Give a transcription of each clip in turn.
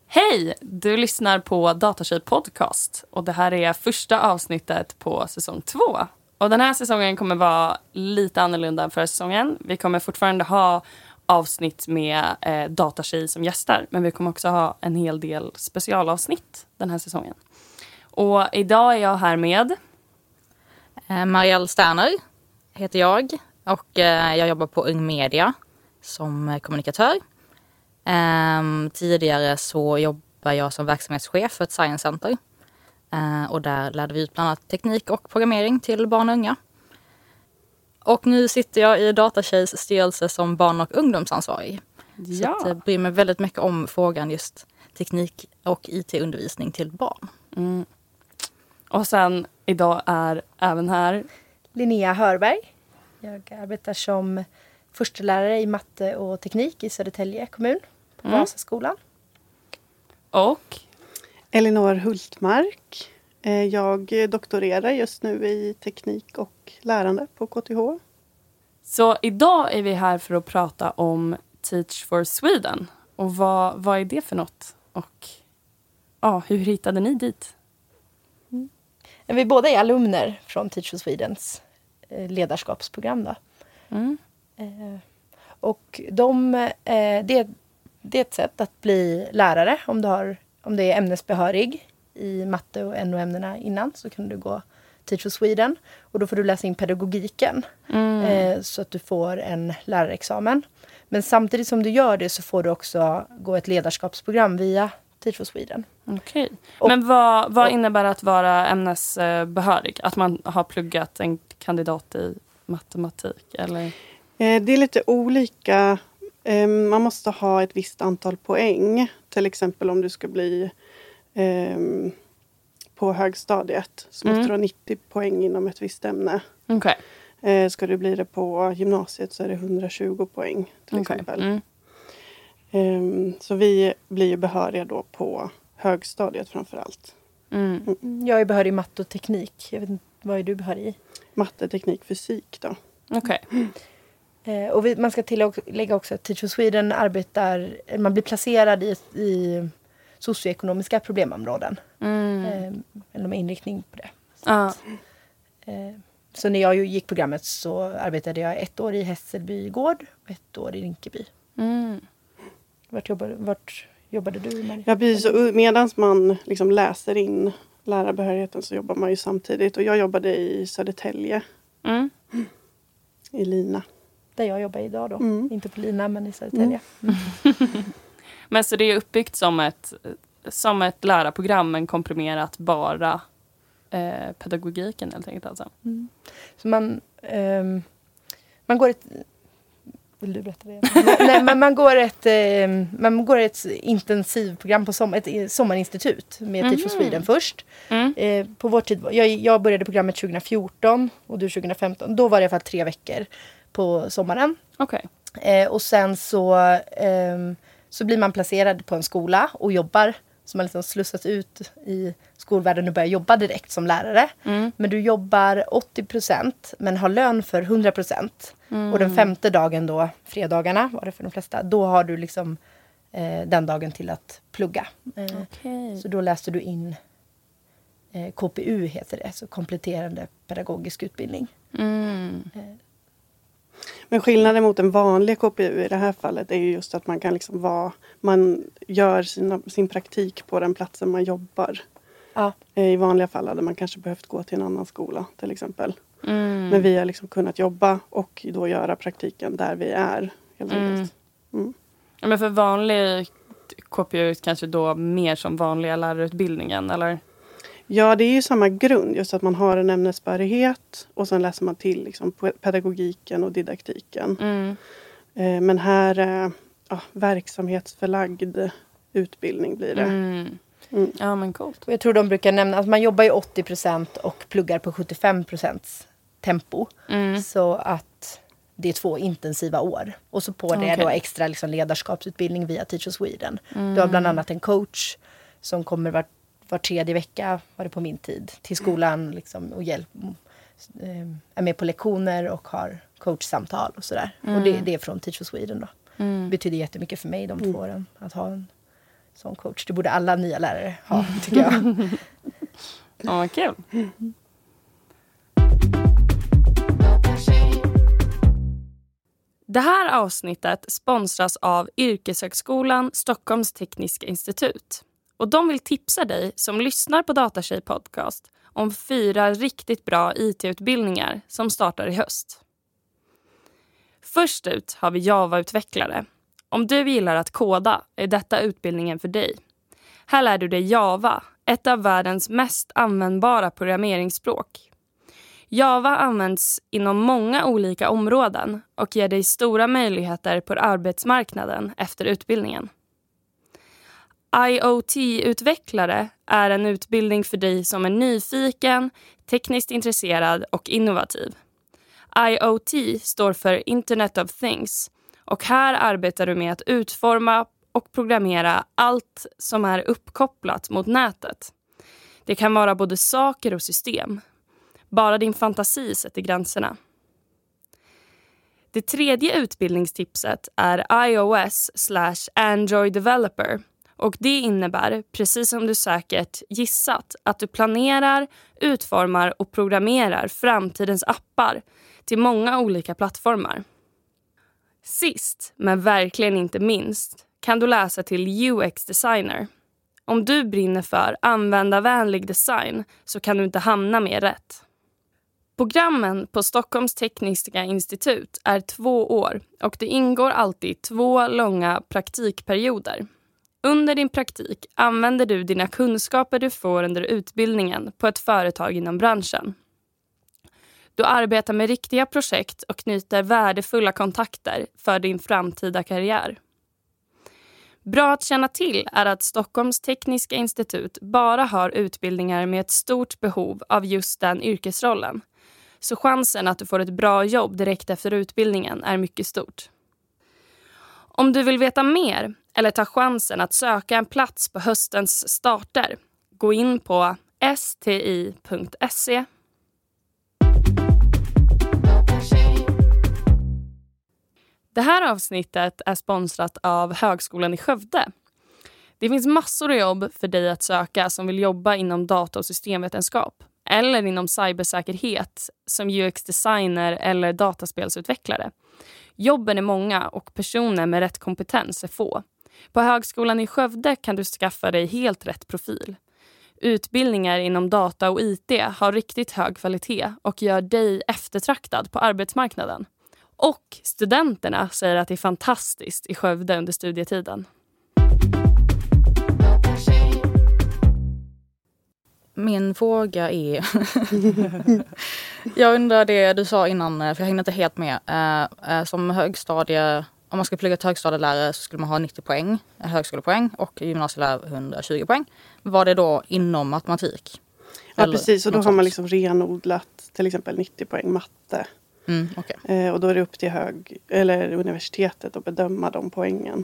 Hej! Du lyssnar på Datatjej podcast och det här är första avsnittet på säsong 2. Och den här säsongen kommer vara lite annorlunda än förra säsongen. Vi kommer fortfarande ha avsnitt med Datatjej som gäster, men vi kommer också ha en hel del specialavsnitt den här säsongen. Och idag är jag här med Marielle Sterner heter jag och jag jobbar på Ung Media som kommunikatör. Tidigare så jobbar jag som verksamhetschef för ett science center och där lärde vi ut bland annat teknik och programmering till barn och unga. Och nu sitter jag i Datatjejs styrelse som barn- och ungdomsansvarig. Ja. Så jag bryr mig väldigt mycket om frågan just teknik och IT-undervisning till barn. Mm. Och sen idag är även här Linnea Hörberg. Jag arbetar som förstelärare i matte och teknik i Södertälje kommun på Vasaskolan. och Elinor Hultmark. Jag doktorerar just nu i teknik och lärande på KTH. Så idag är vi här för att prata om Teach for Sweden. Och vad är det för något? Och hur hittade ni dit? Vi båda är alumner från Teach for Swedens ledarskapsprogram. Då. Och det är ett sätt att bli lärare. Om du är ämnesbehörig i matte och NO-ämnena innan så kan du gå Teach for Sweden. Och då får du läsa in pedagogiken så att du får en lärarexamen. Men samtidigt som du gör det så får du också gå ett ledarskapsprogram via Teach for Sweden. Okej. Men vad innebär att vara ämnesbehörig? Att man har pluggat en kandidat i matematik? Eller? Det är lite olika. Man måste ha ett visst antal poäng. Till exempel om du ska bli på högstadiet så måste du ha 90 poäng inom ett visst ämne. Okay. Ska du bli det på gymnasiet så är det 120 poäng till exempel. Så vi blir ju behöriga då på högstadiet framförallt. Jag är behörig i matte och teknik. Jag vet inte, vad är du behörig i? Matte, teknik, fysik då. Okej. Och man ska tillägga också att Teach for Sweden man blir placerad i socioekonomiska problemområden. Eller med inriktning på det. Så när jag gick programmet så arbetade jag 1 år i Hässelby gård och 1 år i Rinkeby. Vart jobbade du, Maria? Ja, precis. Medan man liksom läser in lärarbehörigheten så jobbar man ju samtidigt. Och jag jobbade i Södertälje. I Lina. Där jag jobbar idag då. Inte på Lina men i Södertälje. Men så det är uppbyggt som ett lärarprogram men komprimerat bara pedagogiken helt enkelt alltså. Så man går ett... Vill du berätta det? Nej, men man går ett intensivprogram på ett sommarinstitut med Teach for Sweden först. På vår tid, jag började programmet 2014 och du 2015. Då var det i alla fall 3 veckor på sommaren. Okay. Och sen så blir man placerad på en skola och jobbar. Så man liksom slussas ut i skolvärlden och börjar jobba direkt som lärare. Men du jobbar 80% men har lön för 100%. Och den 5:e dagen då, fredagarna var det för de flesta, då har du liksom den dagen till att plugga. Så då läste du in KPU heter det, så kompletterande pedagogisk utbildning. Men skillnaden mot en vanlig KPU i det här fallet är ju just att man kan liksom man gör sin praktik på den platsen man jobbar. Ja. I vanliga fall hade man kanske behövt gå till en annan skola till exempel. Men vi har liksom kunnat jobba och då göra praktiken där vi är helt enkelt. Ja, men för vanlig KPU kanske då mer som vanliga lärarutbildningen eller? Ja, det är ju samma grund. Just att man har en ämnesbehörighet och sen läser man till liksom pedagogiken och didaktiken. Men här verksamhetsförlagd utbildning blir det. Ja, men coolt. Och jag tror de brukar nämna att man jobbar i 80% och pluggar på 75% tempo. Så att det är 2 intensiva år. Och så på det då extra liksom ledarskapsutbildning via Teach for Sweden. Du har bland annat en coach som kommer var 3:e vecka, var det på min tid, till skolan liksom, och är med på lektioner och har coachsamtal och sådär. Och det är från Teach for Sweden då. Det betyder jättemycket för mig de 2 åren att ha som coach. Det borde alla nya lärare ha, tycker jag. Ja, vad kul. Det här avsnittet sponsras av Yrkeshögskolan Stockholms tekniska institut. Och de vill tipsa dig som lyssnar på Datatjej podcast om 4 riktigt bra IT-utbildningar som startar i höst. Först ut har vi Java-utvecklare. Om du gillar att koda är detta utbildningen för dig. Här lär du dig Java, ett av världens mest användbara programmeringsspråk. Java används inom många olika områden och ger dig stora möjligheter på arbetsmarknaden efter utbildningen. IoT-utvecklare är en utbildning för dig som är nyfiken, tekniskt intresserad och innovativ. IoT står för Internet of Things och här arbetar du med att utforma och programmera allt som är uppkopplat mot nätet. Det kan vara både saker och system. Bara din fantasi sätter gränserna. Det tredje utbildningstipset är iOS/Android Developer. Och det innebär, precis som du säkert gissat, att du planerar, utformar och programmerar framtidens appar till många olika plattformar. Sist, men verkligen inte minst, kan du läsa till UX-designer. Om du brinner för användarvänlig design så kan du inte hamna mer rätt. Programmen på Stockholms tekniska institut är 2 år och det ingår alltid 2 långa praktikperioder. Under din praktik använder du dina kunskaper du får under utbildningen på ett företag inom branschen. Du arbetar med riktiga projekt och knyter värdefulla kontakter för din framtida karriär. Bra att känna till är att Stockholms tekniska institut bara har utbildningar med ett stort behov av just den yrkesrollen. Så chansen att du får ett bra jobb direkt efter utbildningen är mycket stort. Om du vill veta mer eller ta chansen att söka en plats på höstens starter, gå in på sti.se. Det här avsnittet är sponsrat av Högskolan i Skövde. Det finns massor av jobb för dig att söka som vill jobba inom data- och systemvetenskap eller inom cybersäkerhet som UX-designer eller dataspelsutvecklare. Jobben är många och personer med rätt kompetens är få. På Högskolan i Skövde kan du skaffa dig helt rätt profil. Utbildningar inom data och IT har riktigt hög kvalitet och gör dig eftertraktad på arbetsmarknaden. Och studenterna säger att det är fantastiskt i Skövde under studietiden. Min fråga är... jag undrar det du sa innan, för jag hängde inte helt med. Som högstadie, om man ska plugga till högstadielärare så skulle man ha 90 poäng, högskolepoäng, och gymnasielärare 120 poäng. Var det då inom matematik? Ja, precis. Och då har man liksom renodlat till exempel 90 poäng matte. Okay. Och då är det upp till universitetet att bedöma de poängen.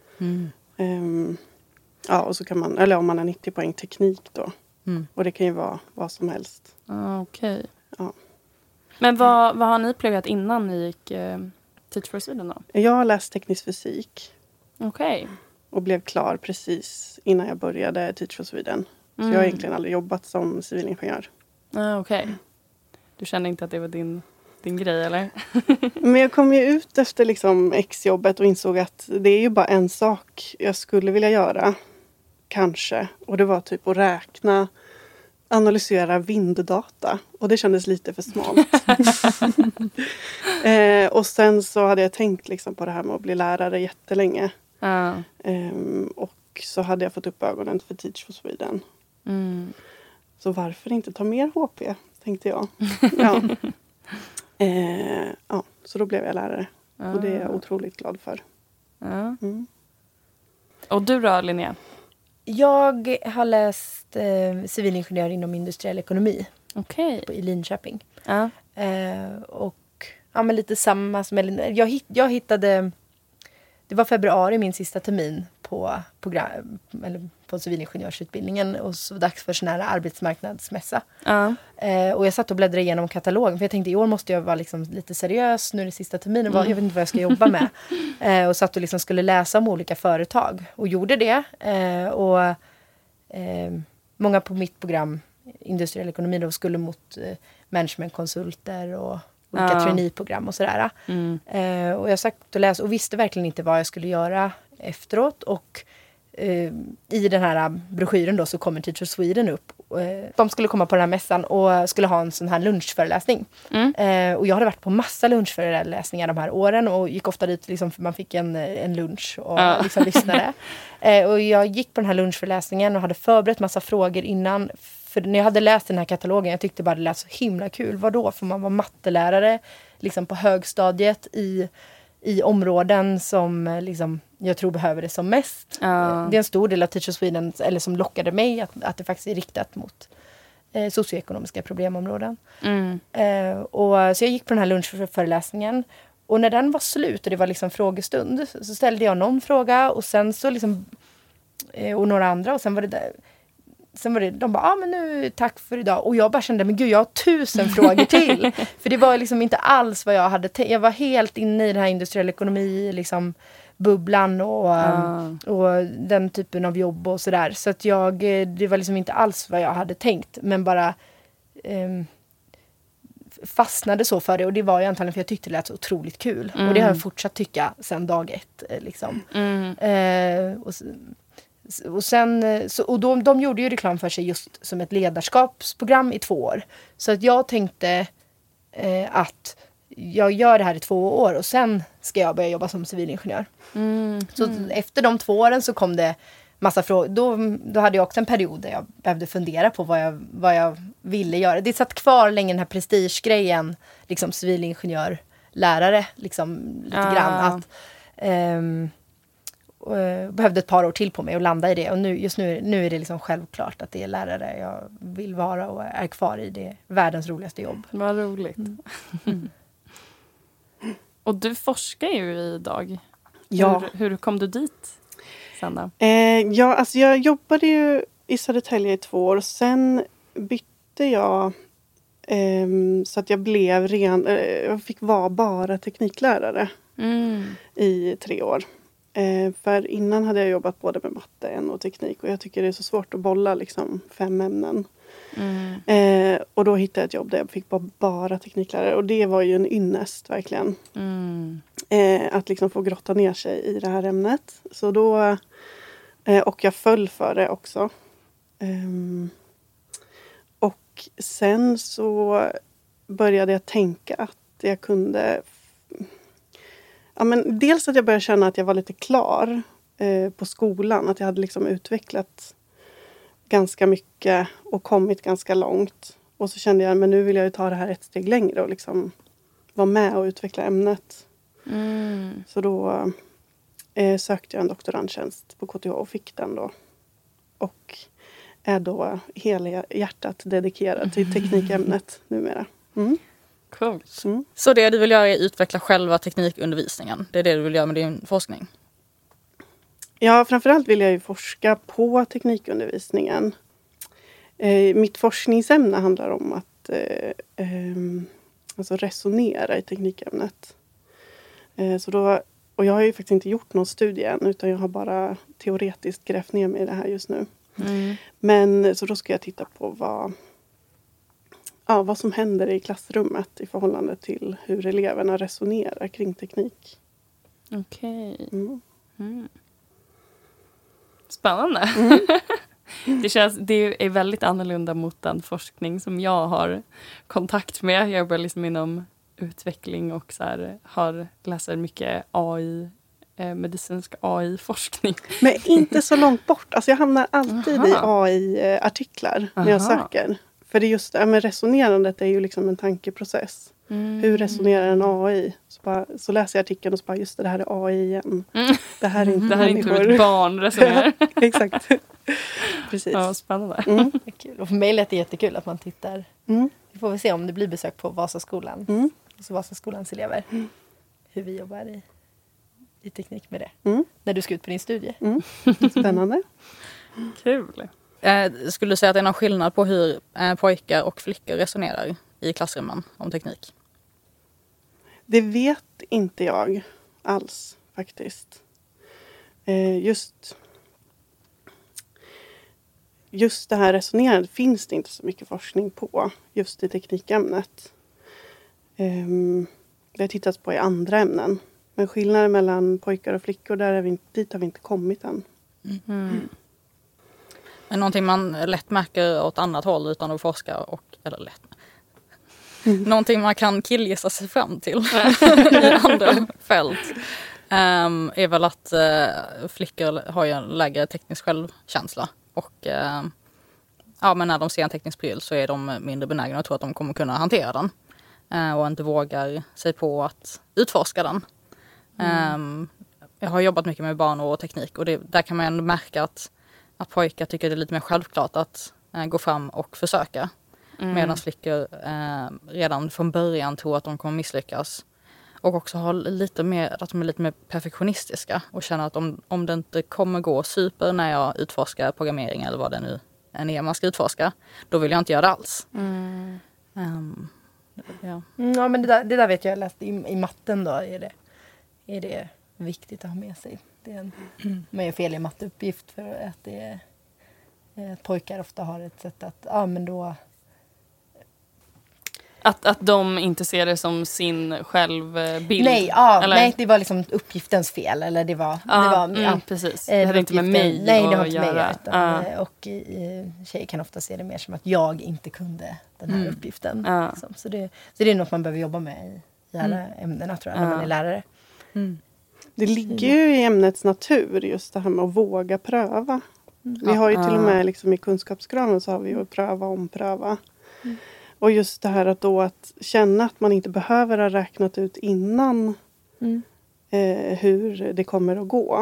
Ja, och så kan man, eller om man har 90 poäng teknik då. Och det kan ju vara vad som helst. Okej. Ja. Men vad har ni pluggat innan ni gick Teach for Sweden då? Jag har läst teknisk fysik. Okej. Och blev klar precis innan jag började Teach for Sweden. Så jag har egentligen aldrig jobbat som civilingenjör. Okej. Du kände inte att det var din grej, eller? Men jag kom ju ut efter liksom exjobbet och insåg att det är ju bara en sak jag skulle vilja göra. Kanske. Och det var typ att analysera vinddata. Och det kändes lite för smalt. Och sen så hade jag tänkt liksom på det här med att bli lärare jättelänge. Och så hade jag fått upp ögonen för Teach for Sweden. Så varför inte ta mer HP, tänkte jag. Ja. Så då blev jag lärare. Och det är jag otroligt glad för. Och du då, Linnea? Jag har läst civilingenjör inom industriell ekonomi. I Linköping. Och men lite samma som Elin. Jag hittade, det var februari min sista termin på program, eller på civilingenjörsutbildningen och så dags för sån här arbetsmarknadsmässa. Och jag satt och bläddrade igenom katalogen för jag tänkte i år måste jag vara liksom lite seriös, nu är det sista terminen, jag vet inte vad jag ska jobba med. Och satt och liksom skulle läsa om olika företag och gjorde det. Många på mitt program, industriell ekonomi, då, skulle mot managementkonsulter och olika traineeprogram och sådär. Och jag satt och läste och visste verkligen inte vad jag skulle göra efteråt. Och i den här broschyren då så kommer Teach for Sweden upp. De skulle komma på den här mässan och skulle ha en sån här lunchföreläsning. Och jag hade varit på massa lunchföreläsningar de här åren och gick ofta dit liksom, för man fick en lunch och liksom lyssnade. Och jag gick på den här lunchföreläsningen och hade förberett massa frågor innan. För när jag hade läst den här katalogen, jag tyckte bara det lät så himla kul. Vadå? För man var mattelärare liksom på högstadiet i områden som liksom, jag tror behöver det som mest. Det är en stor del av Teach for Sweden, eller som lockade mig, att det faktiskt är riktat mot socioekonomiska problemområden. Så jag gick på den här lunchföreläsningen. Och när den var slut och det var liksom frågestund så ställde jag någon fråga och sen så liksom och några andra och sen var det de bara, men nu tack för idag. Och jag bara kände, men gud jag har 1000 frågor till. För det var liksom inte alls vad jag hade tänkt. Jag var helt inne i den här industriell ekonomi liksom bubblan och den typen av jobb och sådär. Så att det var liksom inte alls vad jag hade tänkt. Men bara fastnade så för det. Och det var ju antagligen för jag tyckte det lät så otroligt kul. Och det har jag fortsatt tycka sedan dag ett. Liksom. Och sen, de gjorde ju reklam för sig just som ett ledarskapsprogram i 2 år. Så att jag tänkte att jag gör det här i 2 år och sen ska jag börja jobba som civilingenjör. Så efter de 2 åren så kom det massa frågor. Då hade jag också en period där jag behövde fundera på vad jag ville göra. Det satt kvar länge den här prestigegrejen, liksom civilingenjör, lärare, liksom lite grann att behövde ett par år till på mig att landa i det. Och just nu är det liksom självklart att det är lärare jag vill vara och är kvar i det. Världens roligaste jobb. Vad roligt. Och du forskar ju idag. Ja. Hur kom du dit, Sanna? Alltså jag jobbade ju i Södertälje i 2 år. Sen bytte jag så att jag blev jag fick vara bara tekniklärare i 3 år. För innan hade jag jobbat både med matte, och teknik. Och jag tycker det är så svårt att bolla liksom 5 ämnen. Och då hittade jag ett jobb där jag fick bara tekniklärare. Och det var ju en ynnest verkligen. Att liksom få grotta ner sig i det här ämnet. Så då, och jag föll för det också. Och sen så började jag tänka att jag kunde... Ja, men dels att jag började känna att jag var lite klar på skolan. Att jag hade liksom utvecklat ganska mycket och kommit ganska långt. Och så kände jag, men nu vill jag ju ta det här ett steg längre och liksom vara med och utveckla ämnet. Så då sökte jag en doktorandtjänst på KTH och fick den då. Och är då hela hjärtat dedikerad till teknikämnet numera. Coolt. Så det du vill göra är att utveckla själva teknikundervisningen? Det är det du vill göra med din forskning? Ja, framförallt vill jag ju forska på teknikundervisningen. Mitt forskningsämne handlar om att alltså resonera i teknikämnet. Och jag har ju faktiskt inte gjort någon studie än, utan jag har bara teoretiskt grävt ner mig i det här just nu. Men så då ska jag titta på vad som händer i klassrummet i förhållande till hur eleverna resonerar kring teknik. Okej. Spännande. Det är väldigt annorlunda mot den forskning som jag har kontakt med. Jag jobbar liksom inom utveckling och så här, läser mycket AI, medicinsk AI-forskning. Men inte så långt bort. Alltså jag hamnar alltid i AI-artiklar när jag söker. För det är just men resonerandet är ju liksom en tankeprocess. Hur resonerar en AI? Så läser jag artikeln och så bara, just det här är AI igen. Det här är inte det här är inte hur ett barn resonerar. Exakt. Precis. Ja, spännande. Det är kul. Och för mig lät det jättekul att man tittar. Vi får väl se om det blir besök på Vasaskolan. Och så Vasaskolans elever. Hur vi jobbar i teknik med det. När du ska ut på din studie. Spännande. Kul. Skulle du säga att det är någon skillnad på hur pojkar och flickor resonerar i klassrummen om teknik? Det vet inte jag alls faktiskt. Just det här resonerandet finns det inte så mycket forskning på just i teknikämnet. Det har tittats på i andra ämnen. Men skillnaden mellan pojkar och flickor, dit har vi inte kommit än. Men någonting man lätt märker åt annat håll utan att forska någonting man kan killgissa sig fram till i andra fält är väl att flickor har ju en lägre teknisk självkänsla och men när de ser en teknisk pryl så är de mindre benägna att tro att de kommer kunna hantera den och inte vågar sig på att utforska den. Jag har jobbat mycket med barn och teknik och där kan man ändå märka att pojkar tycker det är lite mer självklart att gå fram och försöka. Medan flickor redan från början tror att de kommer misslyckas. Och också har att de är lite mer perfektionistiska. Och känner att om det inte kommer gå super när jag utforskar programmering eller vad det nu än är man ska utforska. Då vill jag inte göra det alls. Ja, men det där vet jag läst i matten då. Är det viktigt att ha med sig. Man gör fel i matteuppgift för att pojkar ofta har ett sätt att men då... Att de inte ser det som sin självbild? Nej, det var liksom uppgiftens fel. Eller det var precis. Det hade inte med mig det har att inte göra. Och tjejer kan ofta se det mer som att jag inte kunde den här uppgiften. Liksom. Så det är något man behöver jobba med i alla ämnena, tror jag, när man är lärare. Det ligger ju i ämnets natur, just det här med att våga pröva. Vi har ju till och med liksom, i kunskapskraven så har vi ju att pröva och ompröva. Och just det här att känna att man inte behöver ha räknat ut innan hur det kommer att gå.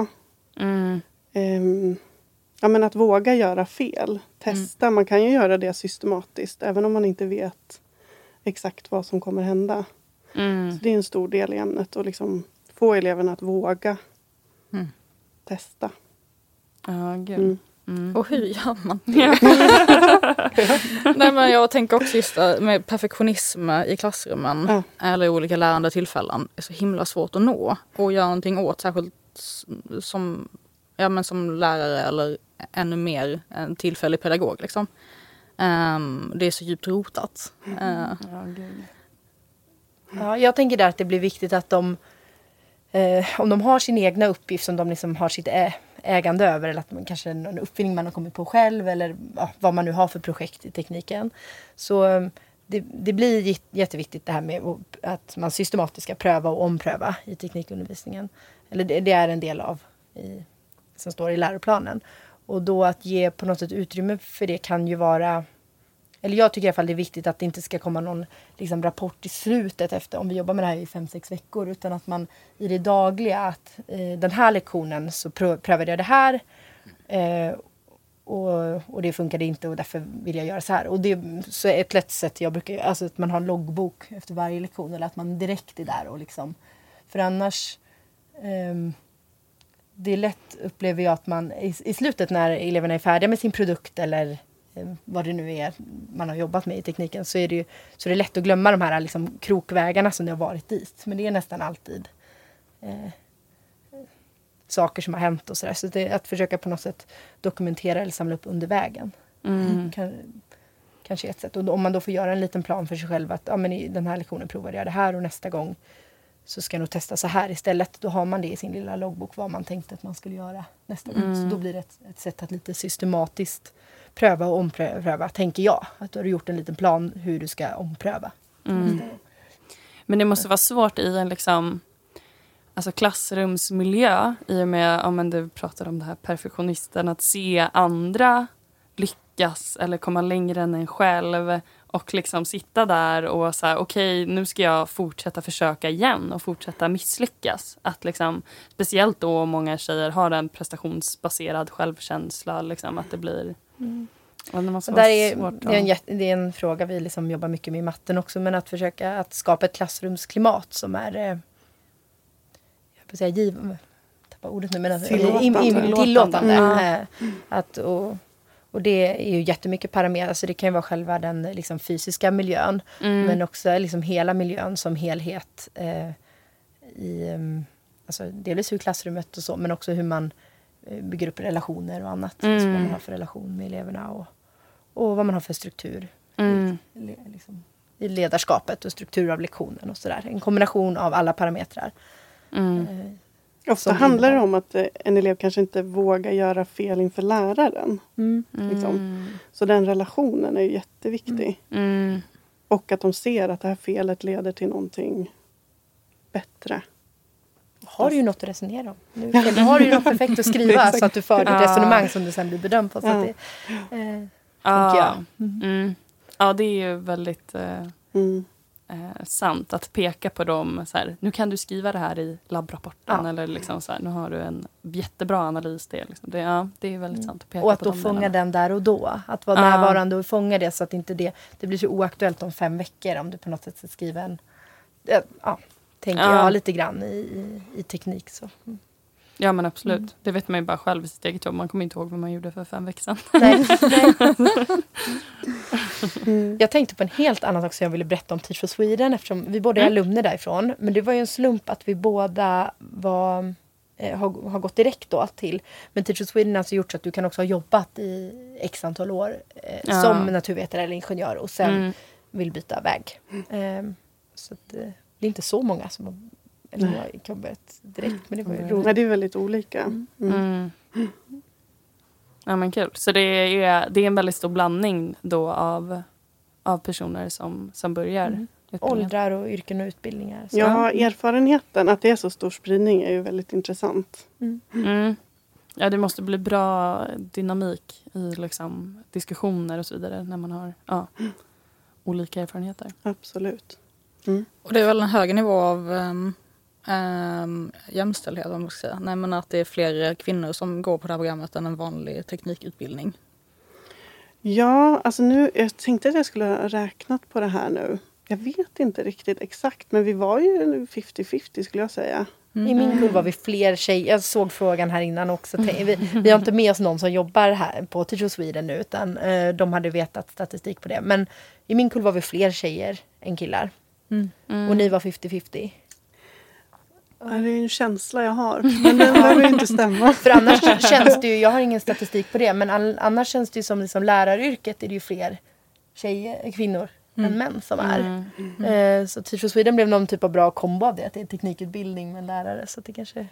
Men att våga göra fel. Testa, man kan ju göra det systematiskt även om man inte vet exakt vad som kommer hända. Så det är en stor del i ämnet och liksom få eleverna att våga testa. Ja, gud. Och hur gör man det? Nej, men jag tänker också just med perfektionism i klassrummen eller olika lärande tillfällen är så himla svårt att nå och göra någonting åt, särskilt som lärare eller ännu mer en tillfällig pedagog liksom. Det är så djupt rotat. Ja, jag tänker där att det blir viktigt att de om de har sin egna uppgift som de liksom har sitt ägande över, eller att man kanske en uppfinning man har kommit på själv eller vad man nu har för projekt i tekniken, så det blir jätteviktigt det här med att man systematiskt ska pröva och ompröva i teknikundervisningen. Eller det är en del av som står i läroplanen. Och då att ge på något sätt utrymme för det kan ju vara, eller jag tycker i alla fall det är viktigt att det inte ska komma någon liksom, rapport i slutet efter om vi jobbar med det här i 5-6 veckor, utan att man i det dagliga att den här lektionen så prövade jag det här och det funkade inte och därför vill jag göra så här. Och det så är ett lätt sätt jag brukar, alltså att man har en loggbok efter varje lektion eller att man direkt är där och liksom, för annars det är lätt, upplever jag, att man i slutet när eleverna är färdiga med sin produkt eller vad det nu är man har jobbat med i tekniken, så är det lätt att glömma de här liksom krokvägarna som det har varit dit. Men det är nästan alltid saker som har hänt och sådär. Så det är att försöka på något sätt dokumentera eller samla upp under vägen. Kanske ett sätt. Och om man då får göra en liten plan för sig själv att men i den här lektionen provade jag det här och nästa gång så ska jag nog testa så här istället. Då har man det i sin lilla loggbok vad man tänkte att man skulle göra nästa gång. Så då blir det ett sätt att lite systematiskt pröva och ompröva, tänker jag. Att du har gjort en liten plan hur du ska ompröva. Men det måste vara svårt i en liksom, alltså klassrumsmiljö, i och med om du pratar om det här perfektionisten, att se andra lyckas eller komma längre än en själv och liksom sitta där och så här, okej, nu ska jag fortsätta försöka igen och fortsätta misslyckas. Att liksom, speciellt då många tjejer har en prestationsbaserad självkänsla, liksom, att det blir det är en fråga vi liksom jobbar mycket med i matten också, men att försöka att skapa ett klassrumsklimat som är tappar ordet nu, men alltså, Tillåtande. tillåtande. Och det är ju jättemycket parametrar. Alltså det kan ju vara själva den liksom fysiska miljön. Men också liksom hela miljön som helhet. Alltså delvis hur klassrummet och så. Men också hur man bygger upp relationer och annat. Alltså vad man har för relation med eleverna. Och vad man har för struktur. Liksom, i ledarskapet och struktur av lektionen och sådär. En kombination av alla parametrar. Ofta handlar det om att en elev kanske inte vågar göra fel inför läraren. Liksom. Så den relationen är ju jätteviktig. Och att de ser att det här felet leder till någonting bättre. Har du ju något att resonera om. Nu har du ju något perfekt att skriva så att du för ditt resonemang som du sen blir bedömd på. Så att det, tänker jag. Ja, det är ju väldigt sant att peka på dem. Så här, nu kan du skriva det här i labbrapporten. Eller liksom så här, nu har du en jättebra analys. Det är väldigt sant att peka och att på då dem fånga den där och då. Att vara närvarande och fånga det så att inte det blir så oaktuellt om 5 veckor. Om du på något sätt ska skriva en... tänker jag lite grann i teknik. Så. Ja, men absolut. Det vet man ju bara själv i sitt eget jobb. Man kommer inte ihåg vad man gjorde för 5 veckor sedan. Nej. Jag tänkte på en helt annan sak som jag ville berätta om Teach for Sweden. Eftersom vi båda är alumner därifrån. Men det var ju en slump att vi båda har gått direkt då till. Men Teach for Sweden har alltså gjort så att du kan också ha jobbat i x antal år som naturvetare eller ingenjör. Och sen vill byta väg. Så att, det är inte så många som har... Eller jag kan börjat direkt, men det var ju roligt. Nej, det är väldigt olika. Ja, men kul. Så det är en väldigt stor blandning då av personer som börjar. Åldrar och yrken och utbildningar. Så. Ja, erfarenheten att det är så stor spridning är ju väldigt intressant. Ja, det måste bli bra dynamik i liksom, diskussioner och så vidare när man har olika erfarenheter. Absolut. Och det är väl en högre nivå av jämställdhet, om man ska säga. Nej, men att det är fler kvinnor som går på det här programmet än en vanlig teknikutbildning. Ja, alltså nu, jag tänkte att jag skulle ha räknat på det här nu. Jag vet inte riktigt exakt, men vi var ju 50-50 skulle jag säga. I min kull var vi fler tjejer. Jag såg frågan här innan också. Vi har inte med oss någon som jobbar här på Teach for Sweden nu, utan de hade vetat statistik på det. Men i min kull var vi fler tjejer än killar. Och ni var 50-50. Ja, det är en känsla jag har. Men den behöver ju inte stämma. För annars känns det ju, jag har ingen statistik på det, men annars känns det ju som liksom läraryrket är det ju fler kvinnor än män som är. Så Teach for Sweden blev någon typ av bra kombo av det. Att det är teknikutbildning med lärare. Så det kanske...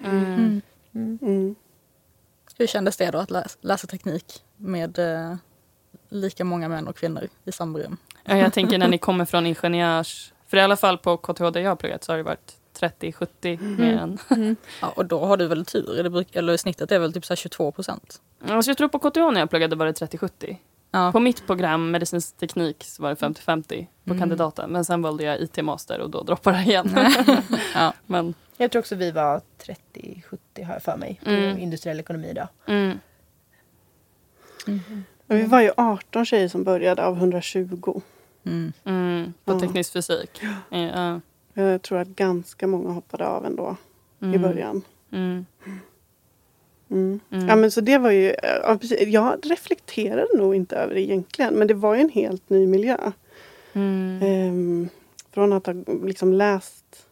Hur kändes det då att läsa teknik med lika många män och kvinnor i samma rum? Ja, jag tänker när ni kommer från ingenjörs... För i alla fall på KTH där jag har pluggat så har det varit 30-70 mer än... Ja, och då har du väl tur? Eller snittet är väl typ så här 22%? Alltså jag tror på KTH när jag pluggade var det 30-70. Ja. På mitt program medicinsk teknik så var det 50-50 på kandidaten. Men sen valde jag IT-master och då droppade jag igen. Men... Jag tror också vi var 30-70 har jag för mig. På industriell ekonomi då. Vi var ju 18 tjejer som började av 120. På teknisk fysik. Jag tror att ganska många hoppade av ändå i början. Ja, men så det var ju... Jag reflekterade nog inte över det egentligen. Men det var ju en helt ny miljö. Från att ha liksom läst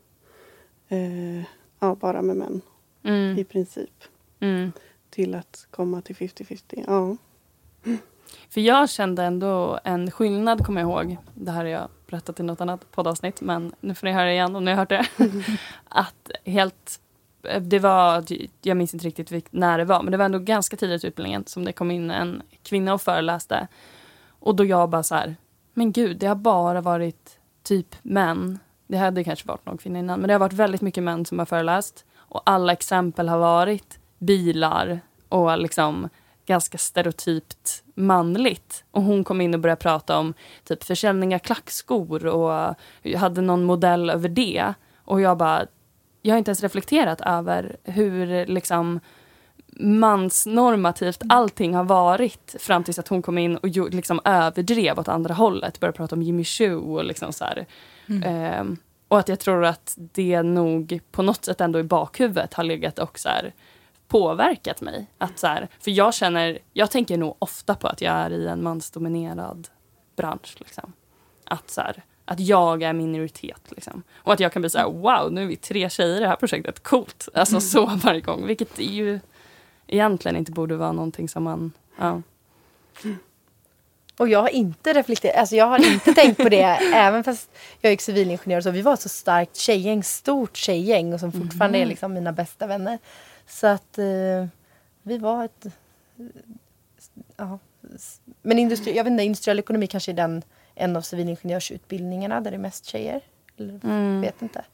bara med män i princip. Till att komma till 50-50. Ja. För jag kände ändå en skillnad, kommer jag ihåg. Det här har jag berättat i något annat poddavsnitt. Men nu får ni höra igen om ni har hört det. Att det var, jag minns inte riktigt när det var. Men det var ändå ganska tidigt i utbildningen som det kom in en kvinna och föreläste. Och då jag bara så här, men gud, det har bara varit typ män. Det hade kanske varit någon kvinna innan. Men det har varit väldigt mycket män som har föreläst. Och alla exempel har varit bilar och liksom... ganska stereotypt manligt. Och hon kom in och började prata om typ försäljning av klackskor och jag hade någon modell över det. Och jag har inte ens reflekterat över hur liksom mansnormativt allting har varit fram tills att hon kom in och liksom överdrev åt andra hållet. Började prata om Jimmy Choo och liksom så här. Och att jag tror att det nog på något sätt ändå i bakhuvudet har legat också här påverkat mig. Att så här, för jag tänker nog ofta på att jag är i en mansdominerad bransch. Liksom. Att, så här, att jag är minoritet. Liksom. Och att jag kan bli så här, wow, nu är vi 3 tjejer i det här projektet. Coolt. Alltså så varje gång. Vilket är ju egentligen inte borde vara någonting som man... Ja. Och jag har inte reflekterat, alltså jag har inte tänkt på det, även fast jag är civilingenjör. Så vi var ett så starkt tjejgäng, stort tjejgäng, och som fortfarande är liksom mina bästa vänner. Så att vi var ett... Ja. Men jag vet inte, industriell ekonomi kanske är en av civilingenjörsutbildningarna där det är mest tjejer. Eller, vet inte.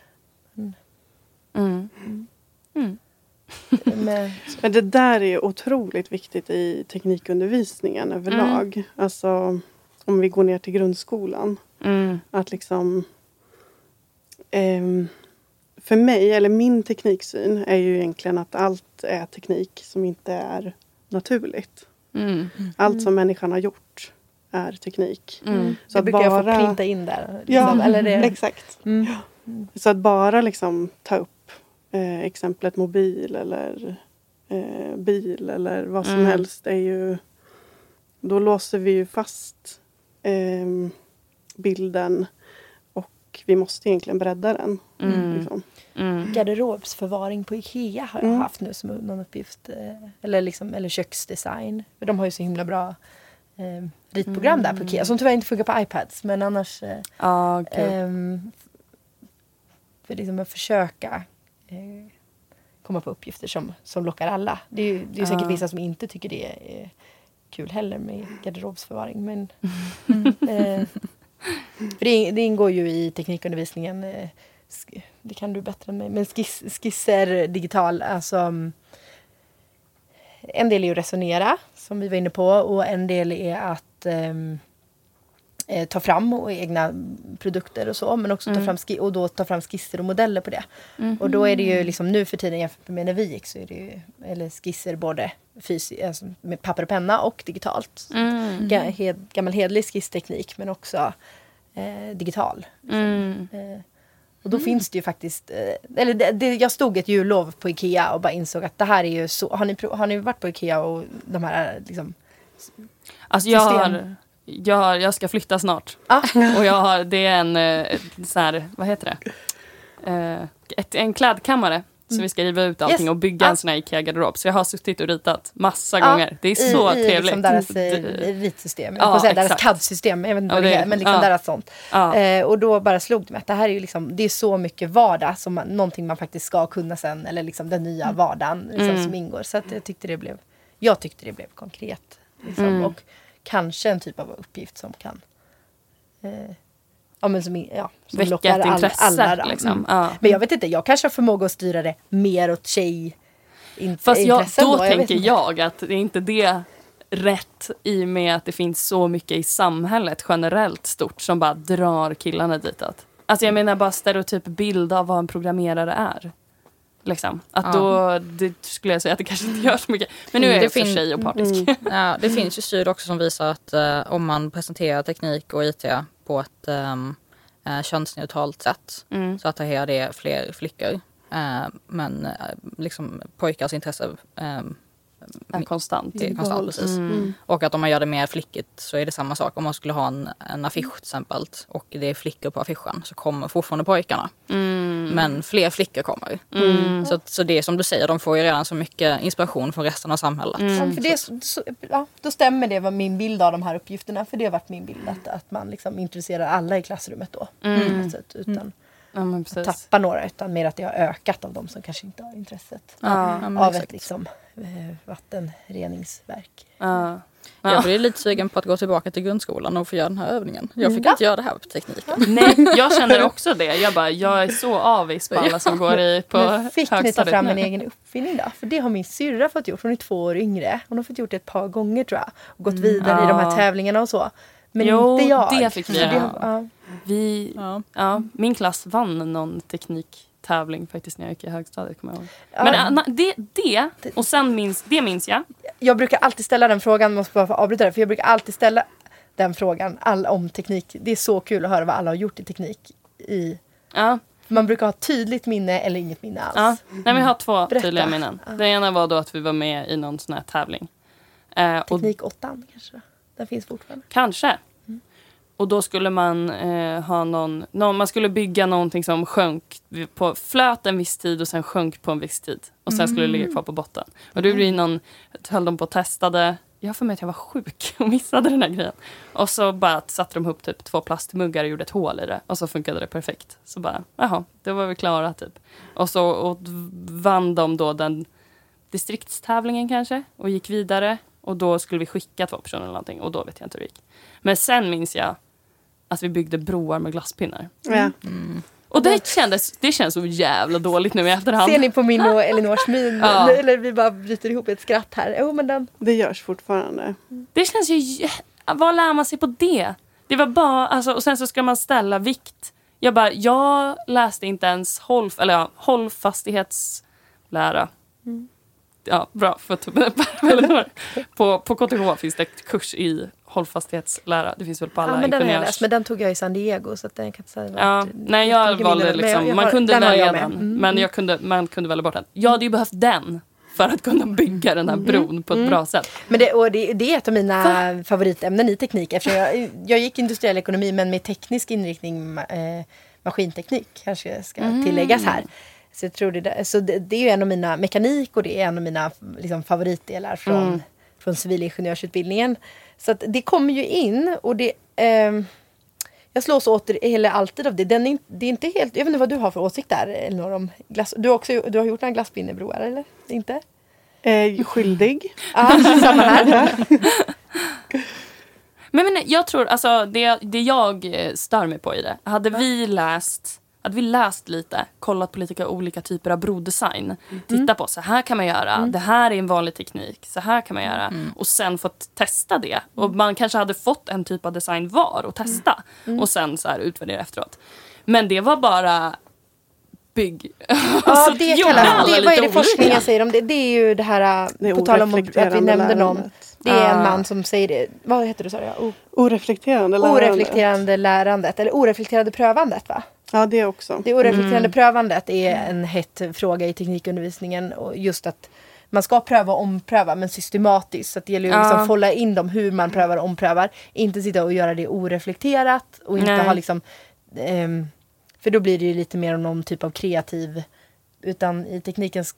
Men det där är otroligt viktigt i teknikundervisningen överlag. Alltså om vi går ner till grundskolan. Att liksom för mig, eller min tekniksyn är ju egentligen att allt är teknik som inte är naturligt. Allt som människan har gjort är teknik. Så att brukar jag få printa in där. Liksom, ja, eller det. Exakt. Så att bara liksom ta upp exemplet mobil eller bil eller vad som helst är ju, då låser vi ju fast bilden och vi måste egentligen bredda den. Liksom. Garderobsförvaring på IKEA har jag haft nu som någon uppgift. Eller köksdesign. För de har ju så himla bra ritprogram där på IKEA som tyvärr inte funkar på iPads, men annars för liksom att försöka komma på uppgifter som lockar alla. Det är ju säkert vissa som inte tycker det är kul heller med garderobsförvaring, men för det ingår ju i teknikundervisningen, det kan du bättre än mig, men skisser digital, alltså en del är ju resonera som vi var inne på, och en del är att ta fram egna produkter och så, men också ta fram skisser och modeller på det. Och då är det ju liksom nu för tiden jämfört med när vi gick, så är det ju, eller skisser både alltså med papper och penna och digitalt. Gammal hedlig skissteknik, men också digital. Och då finns det ju faktiskt, jag stod ett jullov på IKEA och bara insåg att det här är ju så, har ni varit på IKEA och de här liksom alltså jag ska flytta snart. Och det är en så här, vad heter det? En klädkammare. Så vi ska riva ut allting och bygga en sån här IKEA-garderob. Så jag har suttit och ritat massa gånger. Det är så trevligt. Liksom deras ritsystem. Jag säga deras CAD-system. Jag vet inte vad det är, men liksom deras sånt. Och då bara slog det mig att det här är ju liksom, det är så mycket vardag som någonting man faktiskt ska kunna sen. Eller liksom den nya vardagen liksom, som ingår. Så att jag tyckte det blev konkret. Liksom, och kanske en typ av uppgift som kan som väcka lockar ett intresse. alla liksom. Men jag vet inte, jag kanske har förmåga att styra det mer åt fast intressen. Då tänker jag att det är inte det rätt, i och med att det finns så mycket i samhället generellt stort som bara drar killarna ditåt. Alltså jag menar bara stereotyp bild av vad en programmerare är. Liksom. Att då det skulle jag säga att det kanske inte gör så mycket. Men nu är jag för sig och partisk. Ja, det finns ju studier också som visar att om man presenterar teknik och IT på ett könsneutralt sätt så attraherar det fler flickor. Men liksom pojkars intresse konstant. Det är konstant, precis. Och att om man gör det mer flickigt så är det samma sak. Om man skulle ha en affisch till exempel och det är flickor på affischen så kommer fortfarande pojkarna. Men fler flickor kommer. Så det är som du säger, de får ju redan så mycket inspiration från resten av samhället. För då stämmer det var min bild av de här uppgifterna. För det har varit min bild att man liksom intresserar alla i klassrummet då. Utan att tappa några, utan mer att det har ökat av de som kanske inte har intresset av ett liksom vattenreningsverk. Jag blir lite sugen på att gå tillbaka till grundskolan och få göra den här övningen. Jag fick inte göra det här på tekniken. Nej, jag känner också det. Jag är så avis på alla som går på högstadiet. Fick ni ta fram en egen uppfinning då? För det har min syrra fått gjort. Hon är 2 år yngre. Hon har fått gjort det ett par gånger tror jag. Och gått vidare i de här tävlingarna och så. Men inte jag. Det fick vi. Min klass vann någon tekniktävling faktiskt när jag gick i högstadiet, kommer jag ihåg. Men det och sen minns jag. Jag brukar alltid ställa den frågan, måste bara få avbryta det, för jag brukar alltid ställa den frågan om teknik. Det är så kul att höra vad alla har gjort i teknik Man brukar ha tydligt minne eller inget minne alls. Ja. Nej, vi har 2 Berätta. tydliga minnen. Det ena var då att vi var med i någon sån här tävling. Teknik 8 kanske. Den finns fortfarande. Kanske. Och då skulle man ha man skulle bygga någonting som sjönk på flöt en viss tid och sen sjönk på en viss tid. Och sen skulle det ligga kvar på botten. Och då höll de på och testade. Jag har för mig att jag var sjuk och missade den här grejen. Och så bara satte de upp typ 2 plastmuggar och gjorde ett hål i det. Och så funkade det perfekt. Så bara, jaha, då var vi klara typ. Och så vann de då den distriktstävlingen kanske. Och gick vidare. Och då skulle vi skicka 2 personer eller någonting. Och då vet jag inte hur det gick. Men sen minns jag att vi byggde broar med glasspinnar. Och det känns så jävla dåligt nu i efterhand. Ser ni på min och Elinors min? Ja. Eller vi bara bryter ihop ett skratt här. Men Det görs fortfarande. Det känns ju... Vad lär man sig på det? Det var bara... Alltså, och sen så ska man ställa vikt. Jag läste inte ens hållfastighetslära. Ja, bra. På KTH finns det kurs i hållfastighetslära. Det finns väl på alla men den har jag läst. Men den tog jag i San Diego. Så att den kan inte säga nej, jag valde liksom... Man kunde välja den. Men man kunde välja bort den. Jag hade ju behövt den för att kunna bygga den här bron på ett bra sätt. Men det är ett av mina favoritämnen i teknik. Eftersom jag gick industriell ekonomi men med teknisk inriktning maskinteknik kanske ska tilläggas här. Så jag tror det är ju en av mina mekanik och det är en av mina liksom, favoritdelar från civilingenjörsutbildningen. Så att det kommer ju in och det jag slås alltid av det. Det är inte helt, jag vet inte vad du har för åsikt där eller om glass. Du har gjort några glasspinnebroar eller inte? Skyldig. Ja, samma här. Men jag tror, alltså det jag stör mig på i det. Hade vi läst lite, kollat på lite olika typer av brodesign. Titta på, så här kan man göra. Det här är en vanlig teknik. Så här kan man göra. Och sen fått testa det. Och man kanske hade fått en typ av design var och testa. Och sen så här utvärdera efteråt. Men det var bara bygg. Ja, det kallas det. Vad är det forskningen säger om det? Det är ju det här, på tal om att vi nämnde någon. Det är en man som säger det. Vad heter det, sa jag? Oreflekterande lärandet. Oreflekterande lärandet. Eller oreflekterande prövandet, va? Ja, det också. Det oreflekterande prövandet är en hett fråga i teknikundervisningen. Och just att man ska pröva och ompröva, men systematiskt. Så att det gäller ju liksom hålla in dem hur man prövar och omprövar. Inte sitta och göra det oreflekterat. Och inte ha liksom... för då blir det ju lite mer om någon typ av kreativ... Utan i teknikens...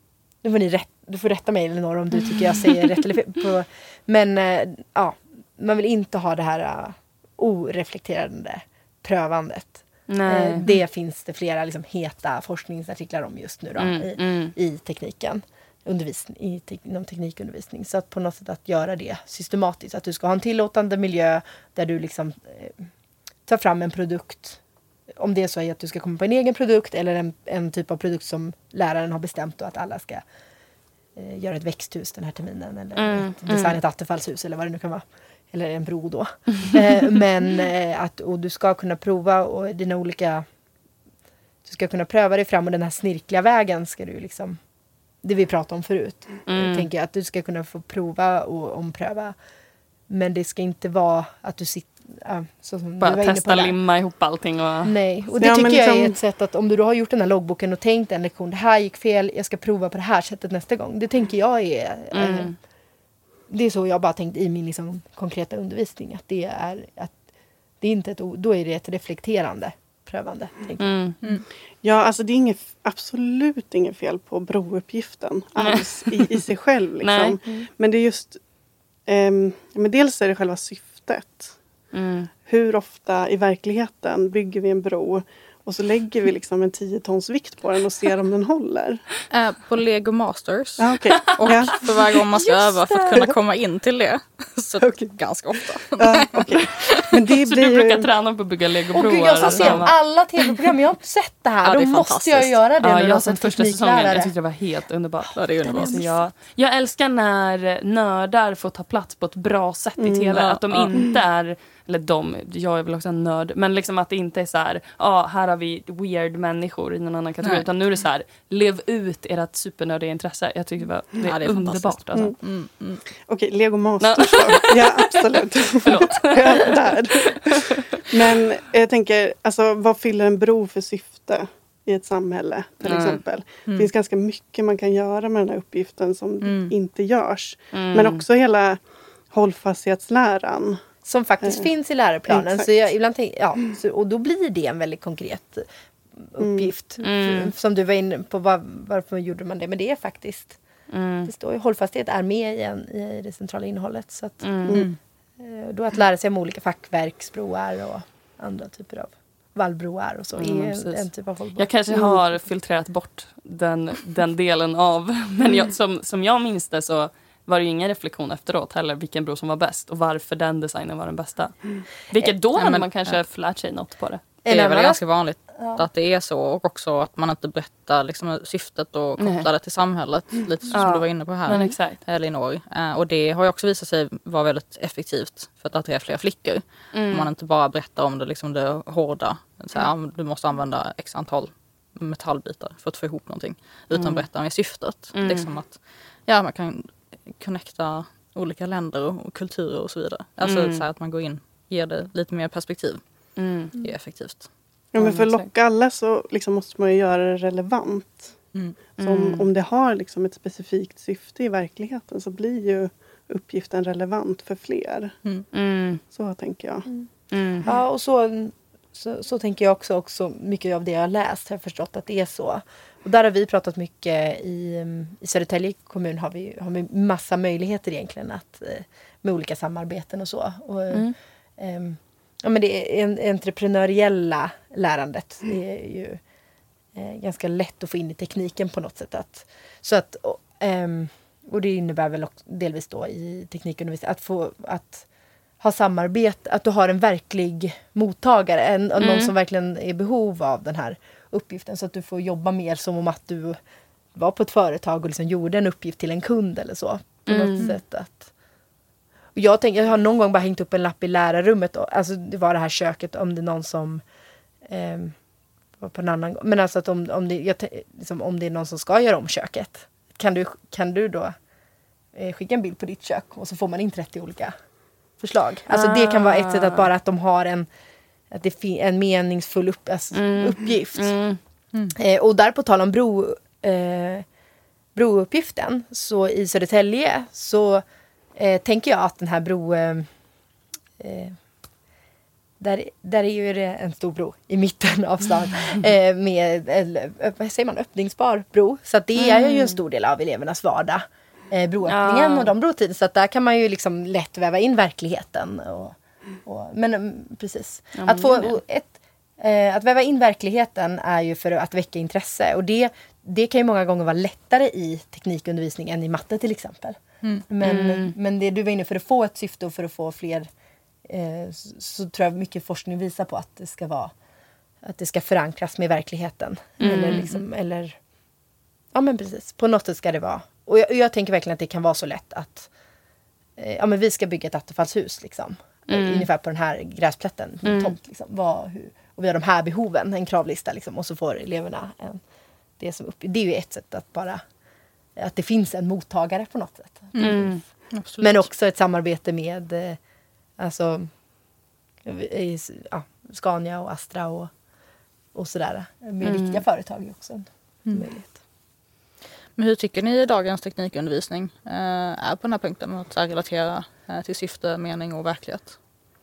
Du får rätta mig, Elinor, om du tycker jag säger rätt eller fel. Men man vill inte ha det här oreflekterande prövandet. Nej. Det finns det flera liksom, heta forskningsartiklar om just nu då, i tekniken. Inom teknikundervisning. Så att på något sätt att göra det systematiskt. Att du ska ha en tillåtande miljö där du liksom tar fram en produkt. Om det är så att du ska komma på en egen produkt eller en typ av produkt som läraren har bestämt och att alla ska göra ett växthus den här terminen eller designa ett attefallshus eller vad det nu kan vara. Eller en bro då. Men och du ska kunna prova och dina olika... Du ska kunna pröva dig fram och den här snirkliga vägen ska du liksom... Det vi pratade om förut. Jag tänker att du ska kunna få prova och ompröva. Men det ska inte vara att du sitter... så som bara du var inne testa på limma ihop allting. Och... Nej, och det tycker jag är ett sätt att om du då har gjort den här loggboken och tänkt en lektion, det här gick fel, jag ska prova på det här sättet nästa gång. Det tänker jag är... Det är så jag bara tänkt i min liksom, konkreta undervisning. Att det är inte då är det ett reflekterande prövande. Ja, alltså det är absolut inget fel på brouppgiften alls i sig själv. Liksom. Men det är just... men dels är det själva syftet. Hur ofta i verkligheten bygger vi en bro och så lägger vi liksom en 10 tons vikt på den och ser om den håller. På Lego Masters. Okay. Och för varje gång man ska öva för att kunna komma in till det. Så ganska ofta. Okay. Men det så blir du brukar träna på att bygga Lego-broar? Jag ska se alla tv-program. Jag har inte sett det här. Då måste jag göra det. Jag har sett första säsongen. Jag tyckte det var helt underbart. Ja, det är underbart. Jag älskar när nördar får ta plats på ett bra sätt i tv. Att de inte är... Eller jag är väl också en nörd. Men liksom att det inte är så här... här har vi weird människor i någon annan kategori. Utan nu är det så här... Lev ut ert supernördiga intresse. Jag tycker det är underbart. Alltså. Okej, Lego Masters. Ja, absolut. Förlåt. Där. Men jag tänker, alltså, vad fyller en bro för syfte? i ett samhälle till exempel. Det finns ganska mycket man kan göra med den här uppgiften som inte görs. Men också hela hållfasthetsläran. Som faktiskt finns i läroplanen. Så jag ibland och då blir det en väldigt konkret uppgift. Som du var inne på, varför gjorde man det? Men det är faktiskt, det står ju, hållfasthet är med i det centrala innehållet. Så att, då att lära sig om olika fackverksbroar och andra typer av vallbroar och så är en typ av hållbarhet. Jag kanske har filtrerat bort den delen av, men som jag minns det så var det ju ingen reflektion efteråt heller vilken bro som var bäst och varför den designen var den bästa. Vilket då hade man kanske lärt sig något på det. Det är väl ganska vanligt att det är så, och också att man inte berättar liksom syftet och kopplar det till samhället, lite som du var inne på här, Elinor. Och det har ju också visat sig vara väldigt effektivt för att attrahera fler flickor. Om man inte bara berättar om det, liksom det hårda, så här, du måste använda x antal metallbitar för att få ihop någonting, utan berätta om syftet. Liksom att man kan connecta olika länder och kulturer och så vidare. Alltså så här att man går in, ger det lite mer perspektiv. Det är effektivt. Ja, men för att locka alla så liksom måste man ju göra det relevant. Så om det har liksom ett specifikt syfte i verkligheten så blir ju uppgiften relevant för fler. Så tänker jag. Ja, och så tänker jag också mycket av det jag har läst har jag förstått att det är så. Och där har vi pratat mycket i Södertälje kommun har vi massa möjligheter egentligen att med olika samarbeten och så. Och, men det är entreprenöriella lärandet. Det är ju ganska lätt att få in i tekniken på något sätt. Och det innebär väl också, delvis då i teknikundervisning att ha samarbete, att du har en verklig mottagare, någon som verkligen är i behov av den här uppgiften, så att du får jobba mer som om att du var på ett företag och liksom gjorde en uppgift till en kund eller så. På något sätt att... Jag har någon gång bara hängt upp en lapp i lärarrummet. Alltså det var det här köket, om det är någon som var på en annan. Men alltså att om det är någon som ska göra om köket. Kan du då skicka en bild på ditt kök och så får man in 30 olika förslag. Alltså det kan vara ett sätt att bara att de har en meningsfull uppgift. Och där på tal om brouppgiften, så i Södertälje så tänker jag att den här där är ju det en stor bro i mitten av stan med vad säger man, öppningsbar bro, så att det är ju en stor del av elevernas vardag, broöppningen och de brotider, så att där kan man ju liksom lätt väva in verkligheten men precis att väva in verkligheten är ju för att väcka intresse, och det kan ju många gånger vara lättare i teknikundervisning än i matte till exempel. Men det du var inne för att få ett syfte och för att få fler, så tror jag mycket forskning visar på att det ska förankras med verkligheten. Eller ja, men precis, på något sätt ska det vara. Och jag tänker verkligen att det kan vara så lätt att men vi ska bygga ett attefallshus liksom. Ungefär på den här gräsplätten, tomt liksom. Och vi har de här behoven, en kravlista liksom, och så får eleverna det är ju ett sätt att bara att det finns en mottagare på något sätt. Men också ett samarbete med Scania och Astra och sådär. Med riktiga företag är också en möjlighet. Men hur tycker ni i dagens teknikundervisning är på den här punkten att relatera till syfte, mening och verklighet?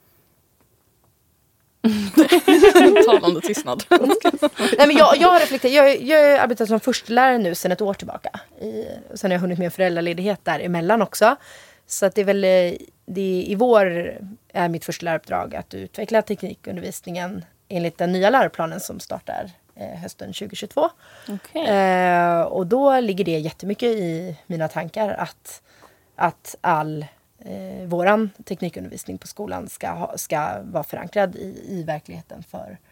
Talande tystnad. Nej, men jag har reflekterat. Jag har arbetat som förstelärare nu sedan ett år tillbaka. Sen har jag hunnit med en föräldraledighet däremellan också. Så att det är väl i vår är mitt försteläraruppdrag att utveckla teknikundervisningen enligt den nya läroplanen som startar hösten 2022. Okay. Och då ligger det jättemycket i mina tankar att all våran teknikundervisning på skolan ska vara förankrad i verkligheten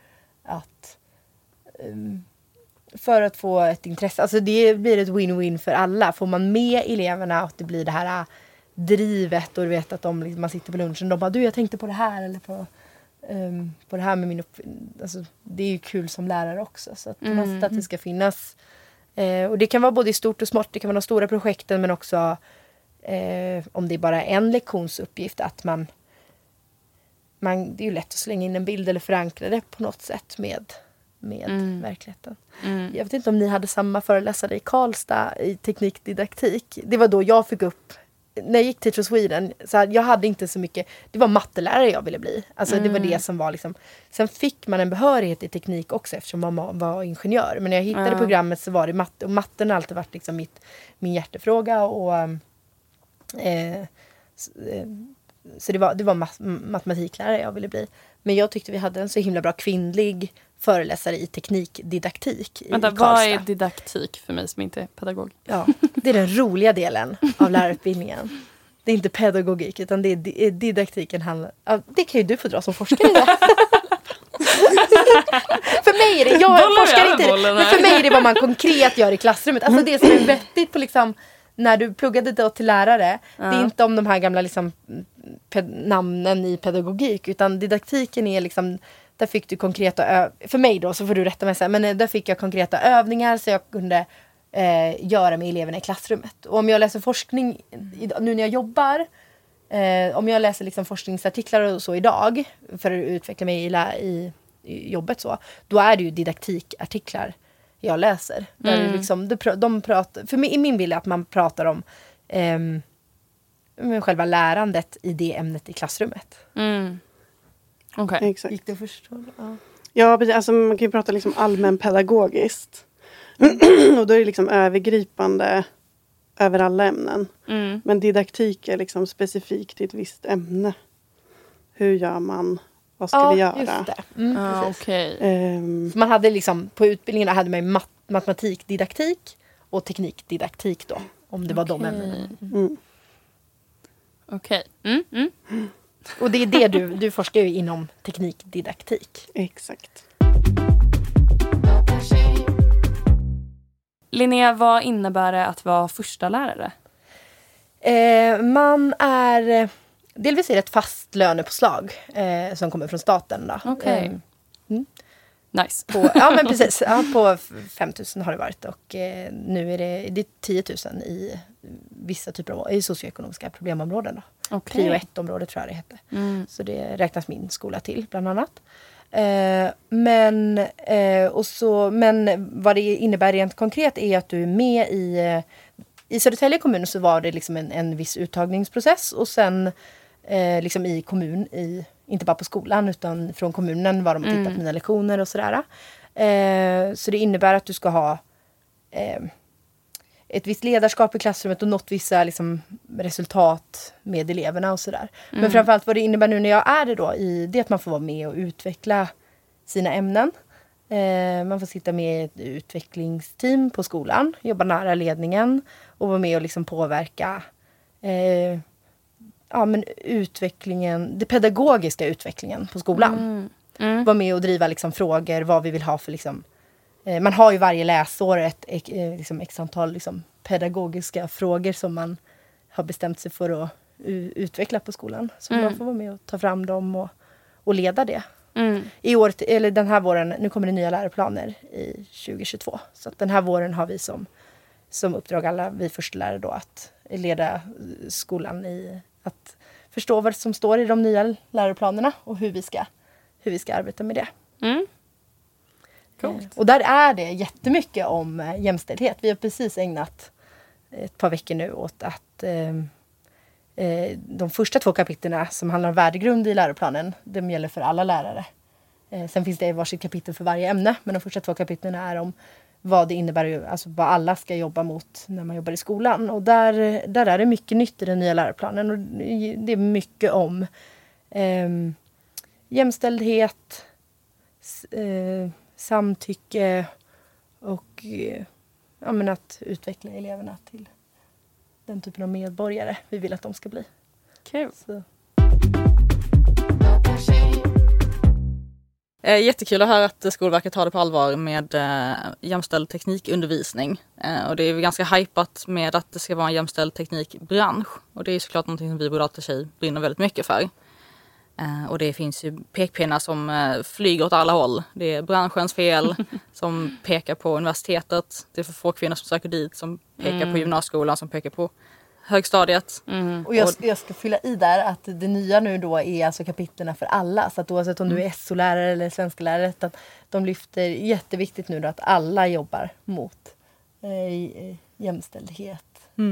för att få ett intresse. Alltså det blir ett win-win för alla. Får man med eleverna och det blir det här drivet, och du vet att man sitter på lunchen och de bara, jag tänkte på det här eller på det här med min alltså, det är ju kul som lärare också, så att att det ska finnas och det kan vara både stort och smått, det kan vara de stora projekten, men också om det är bara en lektionsuppgift att man det är ju lätt att slänga in en bild eller förankra det på något sätt med med verkligheten. Jag vet inte om ni hade samma föreläsare i Karlstad i teknikdidaktik. Det var då jag fick upp, när jag gick Teach Sweden, så här, jag hade inte så mycket, det var mattelärare jag ville bli. Alltså det var det som var liksom, sen fick man en behörighet i teknik också eftersom man var ingenjör. Men när jag hittade programmet så var det matte, och matten har alltid varit liksom min hjärtefråga och så det var matematiklärare jag ville bli. Men jag tyckte vi hade en så himla bra kvinnlig föreläsare i teknikdidaktik. Vänta, vad är didaktik för mig som inte är pedagog? Ja, det är den roliga delen av lärarutbildningen. Det är inte pedagogik utan det är didaktiken handlar. Ja, det kan ju du få dra som forskare idag. För mig är det, jag forskar inte det, men för mig är det vad man konkret gör i klassrummet. Alltså det som är vettigt på liksom, när du pluggade då till lärare, det är inte om de här gamla liksom, namnen i pedagogik, utan didaktiken är liksom, där fick du konkreta för mig då, så får du rätta mig sen, men där fick jag konkreta övningar så jag kunde göra med eleverna i klassrummet. Och om jag läser forskning nu när jag jobbar, om jag läser liksom forskningsartiklar och så idag för att utveckla mig i jobbet så, då är det ju didaktikartiklar jag läser. Där det liksom, de pratar, för mig, i min bild är att man pratar om själva lärandet i det ämnet i klassrummet. Okej. Exakt. Gick det att förstå? Ja, precis. Alltså, man kan ju prata liksom allmänpedagogiskt. Och då är det liksom övergripande över alla ämnen. Men didaktik är liksom specifikt till ett visst ämne. Hur gör man? Vad ska vi göra? Just det. Okej. Man hade liksom, på utbildningen hade man matematikdidaktik och teknikdidaktik då. Om det var de ämnena. Okej. Och det är det du forskar ju inom teknikdidaktik. Exakt. Linnea, vad innebär det att vara första lärare? Man är... Delvis är det ett fast lönepåslag som kommer från staten. Då. Okej. Nice. Ja, men precis. Ja, på 5 000 har det varit. Och nu är det 10 000 i vissa typer av i socioekonomiska problemområden. Då. Okay. Prio 1-området tror jag det hette. Så det räknas min skola till, bland annat. Men vad det innebär rent konkret är att du är med i Södertälje kommun, så var det liksom en viss uttagningsprocess. Och sen liksom i kommun, inte bara på skolan utan från kommunen var de och tittat på mina lektioner och sådär. Så det innebär att du ska ha ett visst ledarskap i klassrummet och nått vissa liksom, resultat med eleverna och sådär. Men framförallt vad det innebär nu när jag är det då, det att man får vara med och utveckla sina ämnen. Man får sitta med i ett utvecklingsteam på skolan, jobba nära ledningen och vara med och liksom påverka men utvecklingen, det pedagogiska utvecklingen på skolan. Vara med och driva liksom frågor, vad vi vill ha för liksom, man har ju varje läsår ett liksom, x antal liksom, pedagogiska frågor som man har bestämt sig för att utveckla på skolan. Så man får vara med och ta fram dem och leda det. I år, eller den här våren, nu kommer det nya läroplaner i 2022. Så att den här våren har vi som uppdrag, alla vi förstelärare då, att leda skolan i att förstå vad som står i de nya läroplanerna och hur vi ska arbeta med det. Coolt. Och där är det jättemycket om jämställdhet. Vi har precis ägnat ett par veckor nu åt att de första 2 kapitlerna som handlar om värdegrund i läroplanen, de gäller för alla lärare. Sen finns det varsitt kapitel för varje ämne, men de första 2 kapitlerna är om vad det innebär, alltså vad alla ska jobba mot när man jobbar i skolan. Och där är det mycket nytt i den nya läroplanen. Och det är mycket om jämställdhet, samtycke och att utveckla eleverna till den typen av medborgare vi vill att de ska bli. Kul. Så. Jättekul att höra att Skolverket tar det på allvar med jämställd teknikundervisning. Och det är ganska hypat med att det ska vara en jämställd teknikbransch. Och det är såklart någonting som vi på Datatjej brinner väldigt mycket för. Och det finns ju pekpinnar som flyger åt alla håll. Det är branschens fel som pekar på universitetet. Det är för få kvinnor som söker dit, som pekar på gymnasieskolan, som pekar på högstadiet. Och jag ska fylla i där att det nya nu då är alltså kapitlerna för alla. Så att oavsett om du är SO-lärare eller svenska lärare, att de lyfter jätteviktigt nu då att alla jobbar mot jämställdhet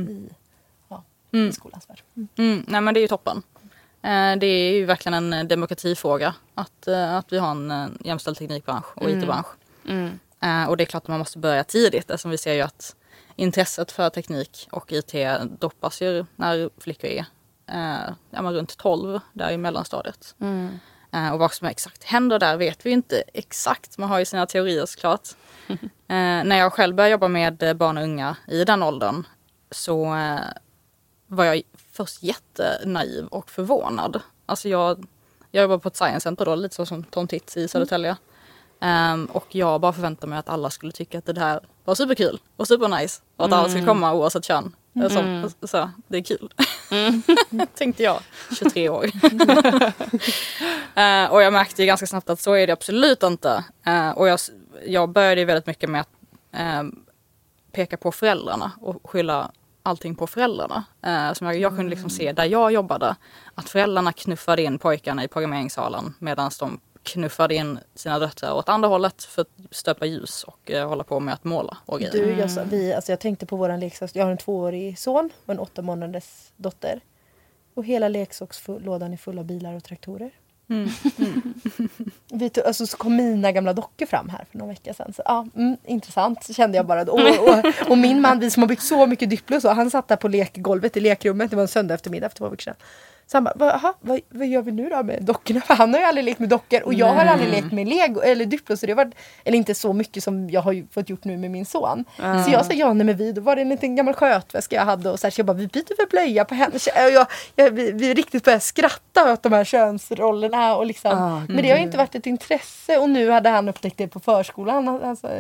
i skolans värld. Nej, men det är ju toppen. Det är ju verkligen en demokratifråga att vi har en jämställd teknikbransch och IT-bransch. Och det är klart att man måste börja tidigt, eftersom vi ser ju att intresset för teknik och IT doppas ju när flickor är runt 12 där i mellanstadiet. Och vad som exakt händer där vet vi inte exakt. Man har ju sina teorier såklart. När jag själv började jobba med barn och unga i den åldern så var jag först jättenaiv och förvånad. Alltså jag jobbar på ett science center då, lite så som Tom Tits i Södertälje. Och jag bara förväntade mig att alla skulle tycka att det här var superkul och supernice. Och att alla skulle komma oavsett kön. Så det är kul. Tänkte jag, 23 år. Och jag märkte ju ganska snabbt att så är det absolut inte. Och jag började väldigt mycket med att peka på föräldrarna och skylla allting på föräldrarna. Som jag kunde liksom se där jag jobbade att föräldrarna knuffade in pojkarna i programmeringssalen medan de knuffade in sina döttrar åt andra hållet för att stöpa ljus och hålla på med att måla och grejer. Jag tänkte på våran leksak. Jag har en 2-årig son och en 8 månaders dotter. Och hela leksakslådan är full av bilar och traktorer. Så kom mina gamla dockor fram här för några veckor sedan. Så, intressant kände jag bara. Och min man, vi som har byggt så mycket Duplo, så han satt där på lekgolvet i lekrummet. Det var en söndag eftermiddag för 2 veckor sedan. Så han bara, vad gör vi nu då med dockorna? För han har ju aldrig lekt med dockor. Och jag har aldrig lekt med Lego eller Duplo. Så det var, eller inte så mycket som jag har fått gjort nu med min son. Så jag sa nej men då var det en liten gammal skötväska jag hade. Och så jag bara, vi byter för blöja på henne. Vi riktigt började skratta åt de här könsrollerna. Och liksom. Men det har inte varit ett intresse. Och nu hade han upptäckt det på förskolan. Alltså,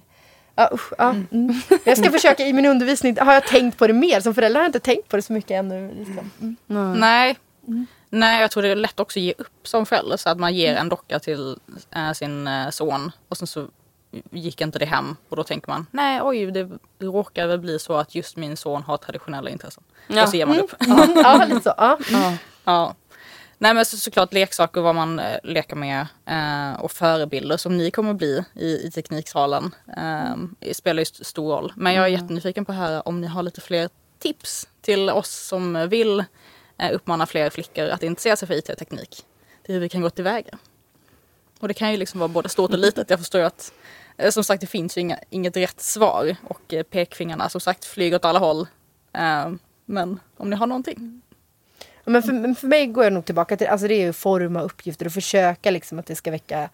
Jag ska försöka i min undervisning. Har jag tänkt på det mer? Som förälder har jag inte tänkt på det så mycket ännu. Liksom. Nej, jag tror det är lätt också att ge upp som förälder. Så att man ger en docka till sin son. Och sen så gick inte det hem. Och då tänker man, det råkar väl bli så att just min son har traditionella intressen. Och så ger man upp. Lite så. Ja. Nej, men såklart leksaker, vad man leker med och förebilder som ni kommer bli i tekniksalen spelar ju stor roll. Men jag är jättenyfiken på att höra om ni har lite fler tips till oss som vill uppmana fler flickor att intressera sig för IT-teknik. Det är hur vi kan gå tillväga. Och det kan ju liksom vara både stort och litet. Jag förstår att som sagt det finns ju inget rätt svar och pekfingarna som sagt flyger åt alla håll. Men om ni har någonting. Men för mig går jag nog tillbaka till, alltså det är ju forma uppgifter och försöka liksom att det ska väcka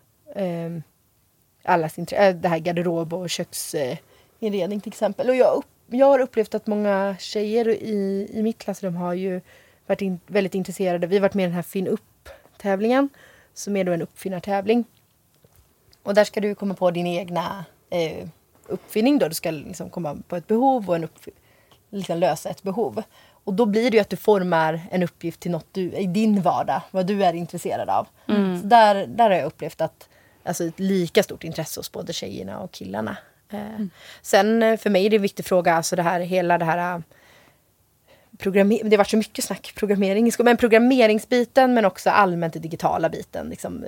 allas intresse, det här garderob och köksinredning till exempel. Och jag har upplevt att många tjejer i mitt klassrum har ju varit väldigt intresserade. Vi har varit med i den här Finn upp-tävlingen som är då en uppfinnartävling. Och där ska du komma på din egna uppfinning då. Du ska liksom komma på ett behov och liksom lösa ett behov. Och då blir det ju att du formar en uppgift till något i din vardag. Vad du är intresserad av. Så där har jag upplevt att alltså ett lika stort intresse hos både tjejerna och killarna. Sen för mig är det en viktig fråga. Alltså det här, hela det här det har varit så mycket snack programmering i skolan. Men programmeringsbiten men också allmänt den digitala biten. Liksom,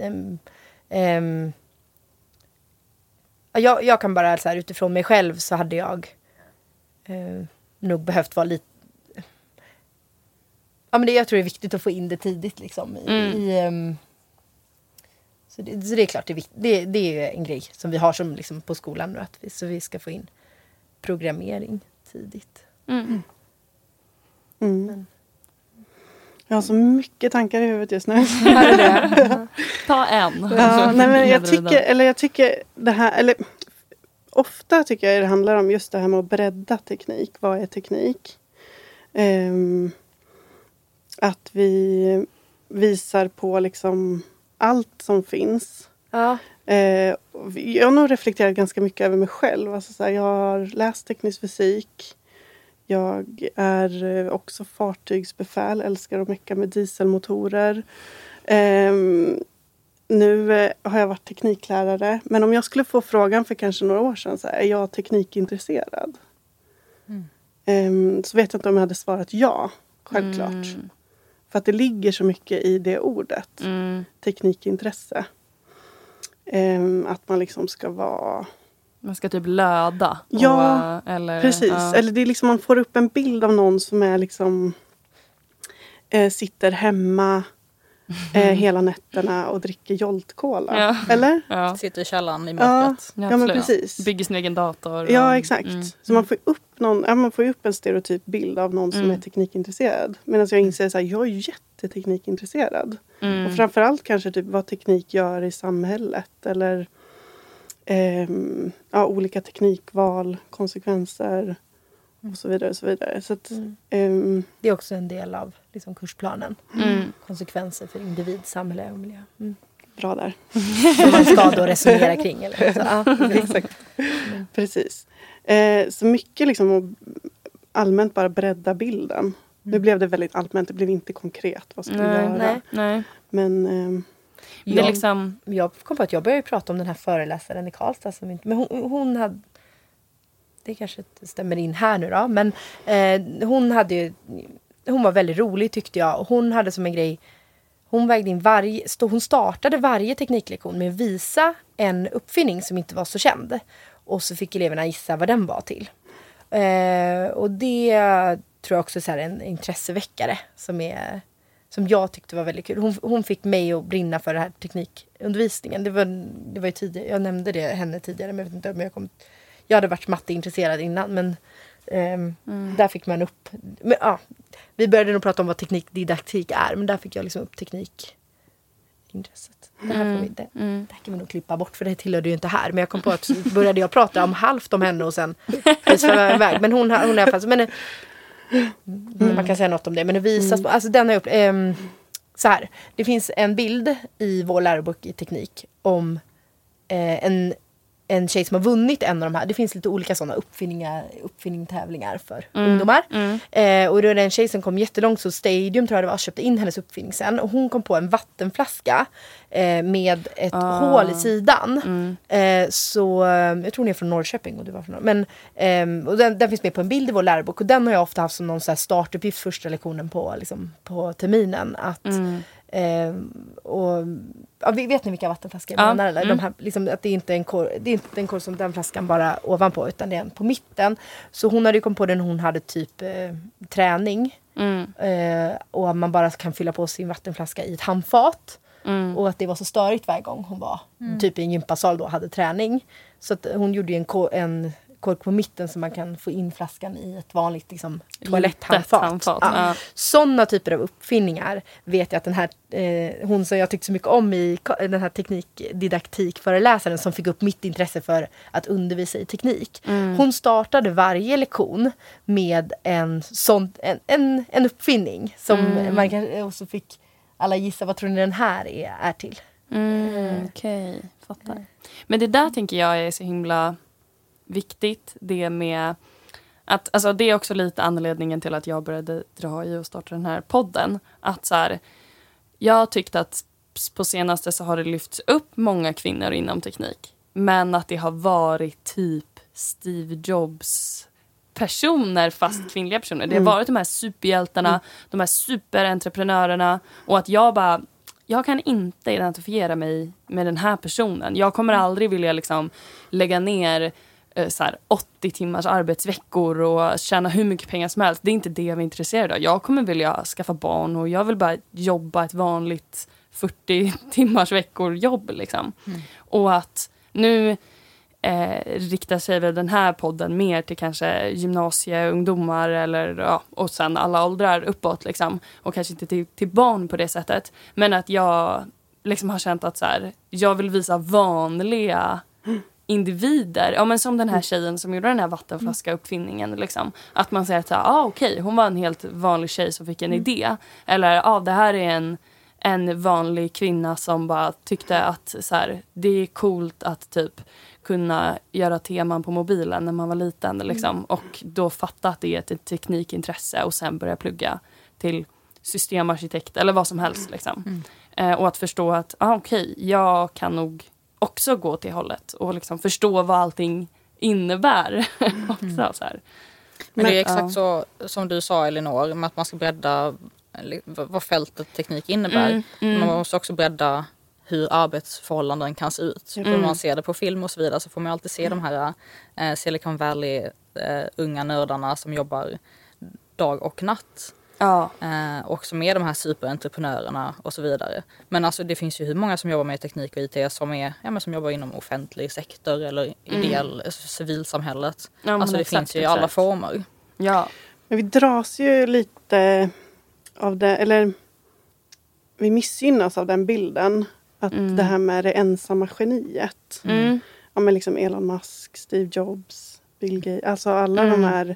jag kan bara så här, utifrån mig själv så hade jag nog behövt vara lite. Ja, men jag tror det är viktigt att få in det tidigt liksom, så det är klart det är en grej som vi har som liksom, på skolan nu att så vi ska få in programmering tidigt. Jag har så mycket tankar i huvudet just nu. Ta en. Ja, nej, men jag tycker det här, eller ofta tycker jag det handlar om just det här med att bredda teknik. Vad är teknik? Att vi visar på liksom allt som finns. Ja. Jag har nog reflekterat ganska mycket över mig själv. Alltså så här, jag har läst teknisk fysik. Jag är också fartygsbefäl. Älskar att mecka med dieselmotorer. Nu har jag varit tekniklärare. Men om jag skulle få frågan för kanske några år sedan. Så här, är jag teknikintresserad? så vet jag inte om jag hade svarat ja. Självklart. För att det ligger så mycket i det ordet. Teknikintresse. Att man liksom ska vara... Man ska typ löda. Ja, eller, precis. Ja. Eller det är liksom, man får upp en bild av någon som är liksom... sitter hemma hela nätterna och dricker Jolt-Cola. Ja. Eller? Ja. Sitter i källaren i mörkret. Ja, men precis. Bygger sin egen dator. Ja, exakt. Så man får ju upp en stereotyp bild av någon som är teknikintresserad. Medan jag inser att jag är jätteteknikintresserad. Och framförallt kanske typ vad teknik gör i samhället. Eller olika teknikval, konsekvenser och så vidare. Och så vidare. Så att, Det är också en del av liksom, kursplanen. Konsekvenser för individ, samhälle och miljö. Bra där. Som man ska då resonera kring. Eller? Så, Exakt. Precis. Så mycket liksom att allmänt bara bredda bilden. Nu blev det väldigt allmänt. Det blev inte konkret vad ska vi göra. Nej. Men Det är liksom... Jag kom på att jag började prata om den här föreläsaren i Karlstad. Men hon hade... Det kanske inte stämmer in här nu då. Men hon var väldigt rolig tyckte jag. Och hon hade som en grej... Hon vägde in hon startade varje tekniklektion med att visa en uppfinning som inte var så känd. Och så fick eleverna gissa vad den var till. Och det tror jag också är så här en intresseväckare som jag tyckte var väldigt kul. Hon fick mig att brinna för den här teknikundervisningen. Det var ju tidigare, jag nämnde henne tidigare, men jag vet inte om jag hade varit matteintresserad innan, men där fick man upp... Men, vi började nog prata om vad teknikdidaktik är, men där fick jag liksom upp teknikintresset. Det här det kan vi nog klippa bort, för det tillhörde ju inte här. Men jag kom på att började jag prata om halvt om henne och sen sväva iväg. Men hon är i alla fall... man kan säga något om det, men det visas... Alltså den har jag så här, det finns en bild i vår lärobok i teknik om en tjej som har vunnit en av de här. Det finns lite olika sådana uppfinningtävlingar för ungdomar. Och då är det en tjej som kom jättelångt, så Stadium tror jag det var, köpte in hennes uppfinning sen. Och hon kom på en vattenflaska med ett hål i sidan. Så jag tror hon är från Norrköping och du var från och den finns med på en bild i vår lärobok. Och den har jag ofta haft som någon så här startuppgift första lektionen på terminen. Att vet ni vilka vattenflaskor jag menar? Eller? De här, liksom, att det är inte en korv som den flaskan bara ovanpå, utan det är en på mitten. Så hon hade ju kommit på den när hon hade typ träning. Och man bara kan fylla på sin vattenflaska i ett handfat. Och att det var så störigt varje gång hon var typ i en gympasal då hade träning. Så att hon gjorde ju en kork på mitten så man kan få in flaskan i ett vanligt liksom, toaletthandfat. Sådana typer av uppfinningar vet jag att den här hon som jag tyckte så mycket om i den här teknikdidaktikföreläsaren som fick upp mitt intresse för att undervisa i teknik. Hon startade varje lektion med en uppfinning som man kan, och så fick alla gissa vad tror ni den här är till. Okej, fattar. Men det där tänker jag är så himla viktigt, det med att, alltså det är också lite anledningen till att jag började dra i och starta den här podden, att så här, jag tyckte att på senaste så har det lyfts upp många kvinnor inom teknik, men att det har varit typ Steve Jobs personer, fast kvinnliga personer. Det har varit de här superhjältarna, de här superentreprenörerna, och att jag kan inte identifiera mig med den här personen. Jag kommer aldrig vilja liksom lägga ner så här 80 timmars arbetsveckor och tjäna hur mycket pengar som helst. Det är inte det jag är intresserad av. Jag kommer vilja skaffa barn och jag vill bara jobba ett vanligt 40 timmars veckor jobb liksom. Och att nu riktar sig väl den här podden mer till kanske gymnasieungdomar eller och sen alla åldrar uppåt liksom, och kanske inte till barn på det sättet, men att jag liksom har känt att så här, jag vill visa vanliga individer, men som den här tjejen som gjorde den här vattenflaska uppfinningen liksom, att man säger att så här, okej, hon var en helt vanlig tjej som fick en idé, eller det här är en vanlig kvinna som bara tyckte att så här, det är coolt att typ kunna göra teman på mobilen när man var liten liksom, och då fatta att det är ett teknikintresse och sen börja plugga till systemarkitekt eller vad som helst liksom. Och att förstå att okej, jag kan nog också gå till hållet och liksom förstå vad allting innebär också så här. Men det är exakt så som du sa, Elinor, med att man ska bredda vad fältet teknik innebär. Man måste också bredda hur arbetsförhållanden kan se ut. När man ser det på film och så vidare så får man alltid se de här Silicon Valley unga nördarna som jobbar dag och natt. Ja. Och som är de här superentreprenörerna och så vidare. Men alltså det finns ju hur många som jobbar med teknik och IT som jobbar inom offentlig sektor eller ideell civilsamhället. Ja, alltså det finns ju i alla former. Ja. Men vi dras ju lite av det, eller vi missgynnas av den bilden. Att det här med det ensamma geniet. Ja, men liksom Elon Musk, Steve Jobs, Bill Gates. Alltså alla de här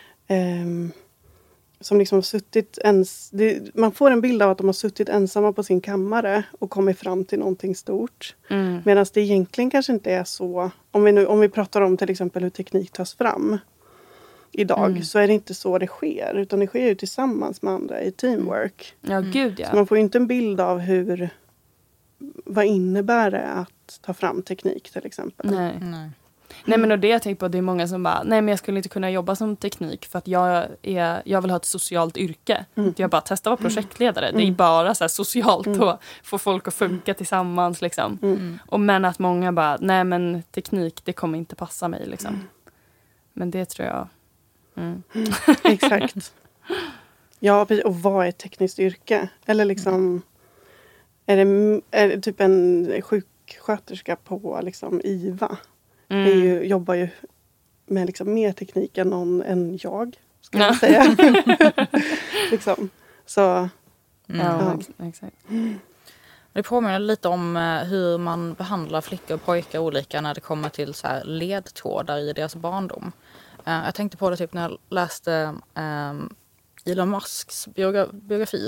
som liksom har suttit man får en bild av att de har suttit ensamma på sin kammare och kommit fram till någonting stort. Medan det egentligen kanske inte är så. Om vi pratar om till exempel hur teknik tas fram idag, så är det inte så det sker. Utan det sker ju tillsammans med andra i teamwork. Ja, gud ja. Så man får ju inte en bild av vad innebär det att ta fram teknik till exempel. Nej, men och det jag tänker på, det är många som bara, nej men jag skulle inte kunna jobba som teknik för att jag vill ha ett socialt yrke. Jag bara testar vara projektledare. Det är bara så här socialt och få folk att funka tillsammans liksom. Och men att många bara, nej men teknik, det kommer inte passa mig liksom. Men det tror jag. Exakt. Ja, och vad är ett tekniskt yrke? Eller liksom är det typ en sjuksköterska på liksom IVA? Jobbar ju med liksom mer teknik än jag, ska jag säga. Liksom. Så, ja. Exakt. Det påminner lite om hur man behandlar flickor och pojkar olika när det kommer till så här ledtrådar i deras barndom. Jag tänkte på det typ när jag läste Elon Musks biografi.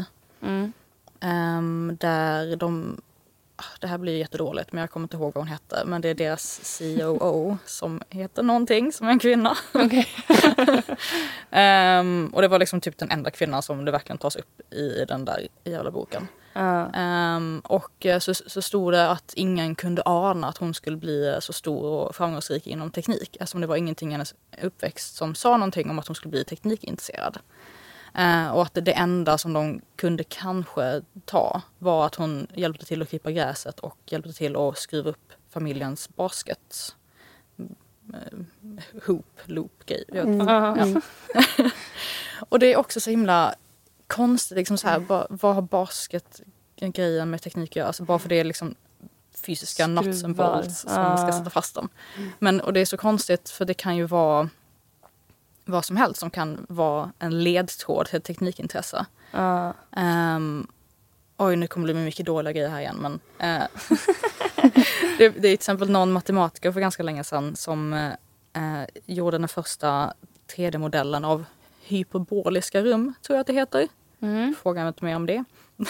Där det här blir jättedåligt, men jag kommer inte ihåg vad hon hette. Men det är deras COO som heter någonting som en kvinna. Okay. Och det var liksom typ den enda kvinnan som det verkligen tas upp i den där jävla boken. Och så stod det att ingen kunde ana att hon skulle bli så stor och framgångsrik inom teknik. Alltså det var ingenting i hennes uppväxt som sa någonting om att hon skulle bli teknikintresserad. Och att det enda som de kunde kanske ta var att hon hjälpte till att klippa gräset och hjälpte till att skruva upp familjens basket loop-grej. Och det är också så himla konstigt, liksom så här, vad har basketgrejen med teknik att göra? Alltså bara för det är liksom fysiska nuts and bolts som ska sätta fast dem. Och det är så konstigt för det kan ju vara vad som helst som kan vara en ledtråd till teknikintresse. Nu kommer det bli mycket dåliga grejer här igen. Men, det är till exempel någon matematiker för ganska länge sedan som gjorde den första 3D-modellen av hyperboliska rum, tror jag att det heter. Frågar mig inte mer om det.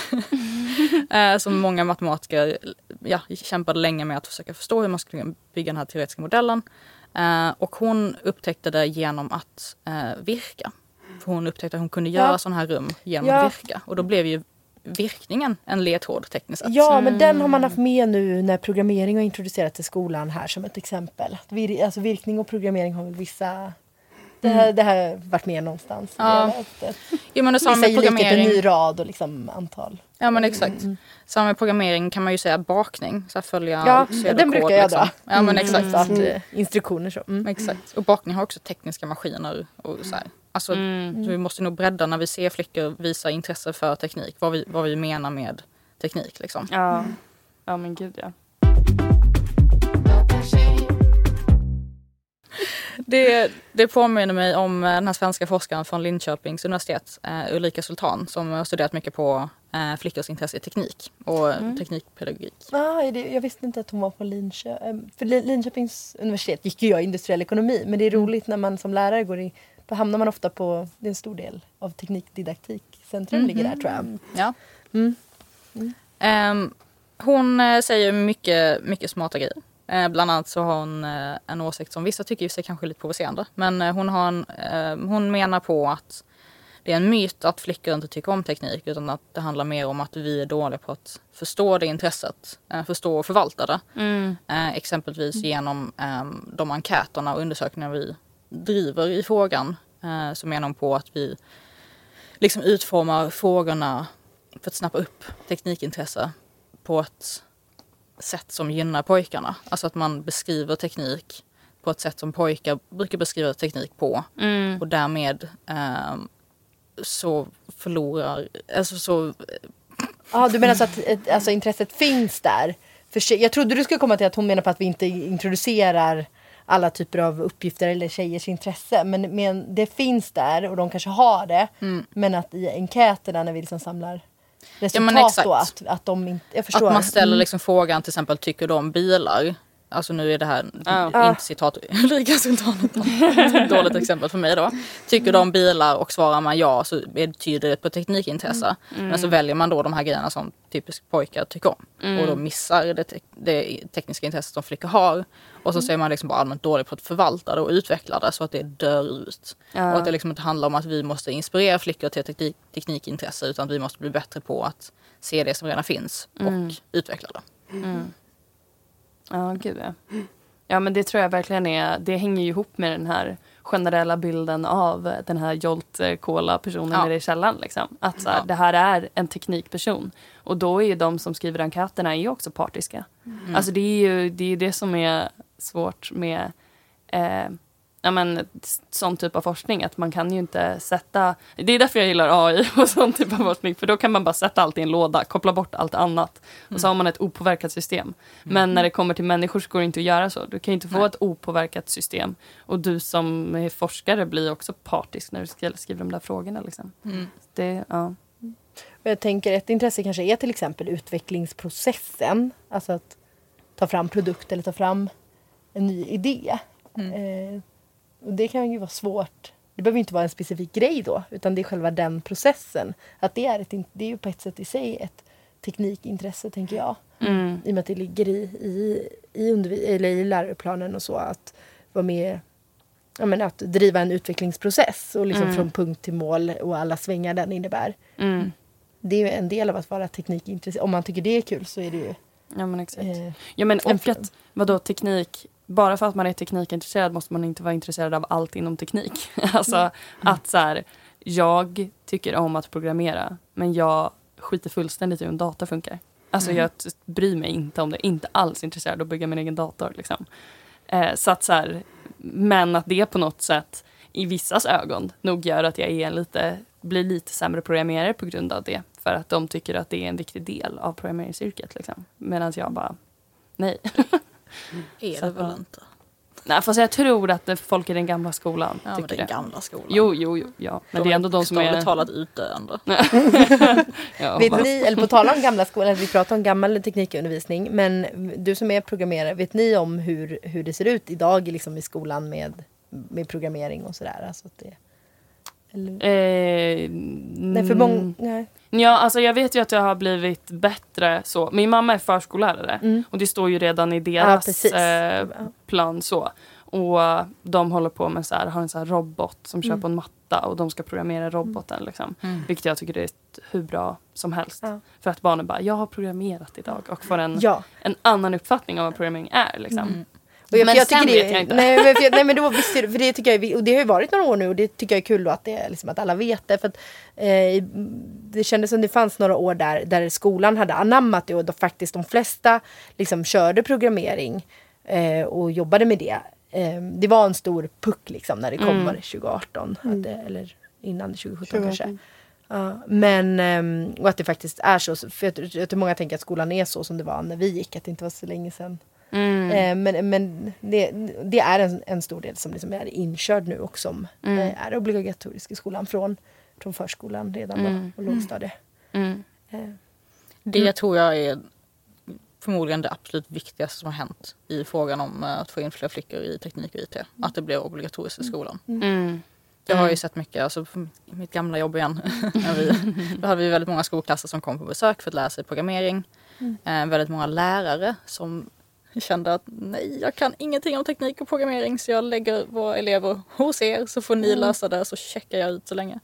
Som många matematiker kämpade länge med att försöka förstå hur man skulle bygga den här teoretiska modellen. Och hon upptäckte det genom att virka. För hon upptäckte att hon kunde göra sådana här rum genom att virka. Och då blev ju virkningen en ledtråd tekniskt sett. Ja, men den har man haft med nu när programmering har introducerats till skolan här som ett exempel. Alltså virkning och programmering har väl vissa... Det här har varit med någonstans. Jo, men det samma med programmering. En ny rad och liksom antal. Ja, men exakt. Samma med programmering kan man ju säga bakning. Så här följa den brukar jag dra. Ja, men exakt. Så att, instruktioner så. Exakt. Och bakning har också tekniska maskiner. Och så här. Alltså, så vi måste nog bredda när vi ser flickor visa intresse för teknik. Vad vi menar med teknik liksom. Ja, men gud ja. Det påminner mig om den här svenska forskaren från Linköpings universitet, Ulrika Sultan, som har studerat mycket på flickors intresse i teknik och teknikpedagogik. Jag visste inte att hon var på Linköping. För Linköpings universitet gick ju jag industriell ekonomi, men det är roligt när man som lärare då hamnar man ofta på, det är en stor del av teknikdidaktikcentrum ligger där, tror jag. Ja. Hon säger mycket smarta grejer. Bland annat så har hon en åsikt som vissa tycker sig kanske lite provocerande. Men hon menar på att det är en myt att flickor inte tycker om teknik, utan att det handlar mer om att vi är dåliga på att förstå det intresset, förstå och förvalta det. Exempelvis genom de enkäterna och undersökningar vi driver i frågan så menar hon på att vi liksom utformar frågorna för att snappa upp teknikintresse på ett sätt som gynnar pojkarna. Alltså att man beskriver teknik på ett sätt som pojkar brukar beskriva teknik på. Och därmed så förlorar... Alltså så... Ja, du menar så att intresset finns där? Jag trodde du skulle komma till att hon menar på att vi inte introducerar alla typer av uppgifter eller tjejers intresse. Men det finns där och de kanske har det. Men att i enkäterna när vi liksom samlar resultat då att de inte... Jag förstår. Att man ställer liksom frågan till exempel, tycker du om bilar? Alltså nu är det här inte citat Ulrika Sultanen, dåligt exempel för mig då. Tycker de bilar och svarar man ja så betyder det på teknikintresse. Men så väljer man då de här grejerna som typiskt pojkar tycker om. Och då missar det tekniska intresset som flickor har. Och så är man liksom bara allmänt dålig på att förvalta det och utveckla det så att det dör ut. Och att det liksom inte handlar om att vi måste inspirera flickor till teknikintresse utan att vi måste bli bättre på att se det som redan finns och utveckla det. Ja, gud ja. Ja, men det tror jag verkligen det hänger ju ihop med den här generella bilden av den här Jolt-Cola-personen nere i källaren. Liksom. Att så här, det här är en teknikperson. Och då är ju de som skriver enkäterna är ju också partiska. Alltså det är ju det som är svårt med sån typ av forskning. Att man kan ju inte sätta... Det är därför jag gillar AI och sån typ av forskning. För då kan man bara sätta allt i en låda, koppla bort allt annat. Och så har man ett opåverkat system. Men när det kommer till människor så går det inte att göra så. Du kan ju inte få ett opåverkat system. Och du som är forskare blir också partisk när du skriver de där frågorna. Liksom. Och jag tänker ett intresse kanske är till exempel utvecklingsprocessen. Alltså att ta fram produkt eller ta fram en ny idé. Och det kan ju vara svort. Det behöver inte vara en specifik grej då. Utan det är själva den processen. Att det är ju på ett sätt i sig ett teknikintresse tänker jag. I och med att det ligger i läroplanen och så. Att vara med... att driva en utvecklingsprocess. Och liksom från punkt till mål och alla svängar den innebär. Det är ju en del av att vara teknikintresserad. Om man tycker det är kul så är det ju... Ja men exakt. Och att vadå teknik... Bara för att man är teknikintresserad måste man inte vara intresserad av allt inom teknik. Alltså att så här, jag tycker om att programmera men jag skiter fullständigt i hur en data funkar. Alltså jag bryr mig inte om det. Inte alls intresserad av att bygga min egen dator. Liksom. Så att så här, men att det på något sätt i vissas ögon nog gör att jag blir lite sämre programmerare på grund av det. För att de tycker att det är en viktig del av programmeringsyrket. Liksom. Medan jag bara, nej. Är det väl inte? Nej, fast jag tror att folk i den gamla skolan tycker den gamla skolan. Jo, ja. Men det är ändå de som är... talat utdöende. Vet ni, eller på tala om gamla skolan, vi pratar om gammal teknikundervisning, men du som är programmerare, vet ni om hur det ser ut idag liksom i skolan med programmering och sådär? Alltså att det... Nej, för många... Nej. Ja, alltså jag vet ju att jag har blivit bättre så. Min mamma är förskollärare och det står ju redan i deras plan så. Och de håller på med har en så här robot som kör på en matta och de ska programmera roboten liksom. Vilket jag tycker är hur bra som helst. För att barnen bara, jag har programmerat idag och får en annan uppfattning om vad programmering är liksom. Och jag tycker det vet jag inte. Nej, men då visst, för det tycker jag, och det har ju varit några år nu och det tycker jag är kul då att det är liksom att alla vet det, för att det kändes som det fanns några år där skolan hade anammat det och då faktiskt de flesta liksom körde programmering och jobbade med det. Det var en stor puck liksom när det kom, var det 2018 eller innan 2017 kanske. Men och att det faktiskt är så, för jag tror många tänker att skolan är så som det var när vi gick, att det inte var så länge sedan. Men det är en stor del som liksom är inkörd nu och som är obligatorisk i skolan från förskolan redan då, och lågstadie. Det tror jag är förmodligen det absolut viktigaste som har hänt i frågan om att få in fler flickor i teknik och IT. Att det blir obligatoriskt i skolan. Jag har ju sett mycket, alltså mitt gamla jobb igen. Då hade vi väldigt många skolklasser som kom på besök för att lära sig programmering. Väldigt många lärare som kände att nej, jag kan ingenting om teknik och programmering så jag lägger våra elever hos er så får ni lösa det så checkar jag ut så länge.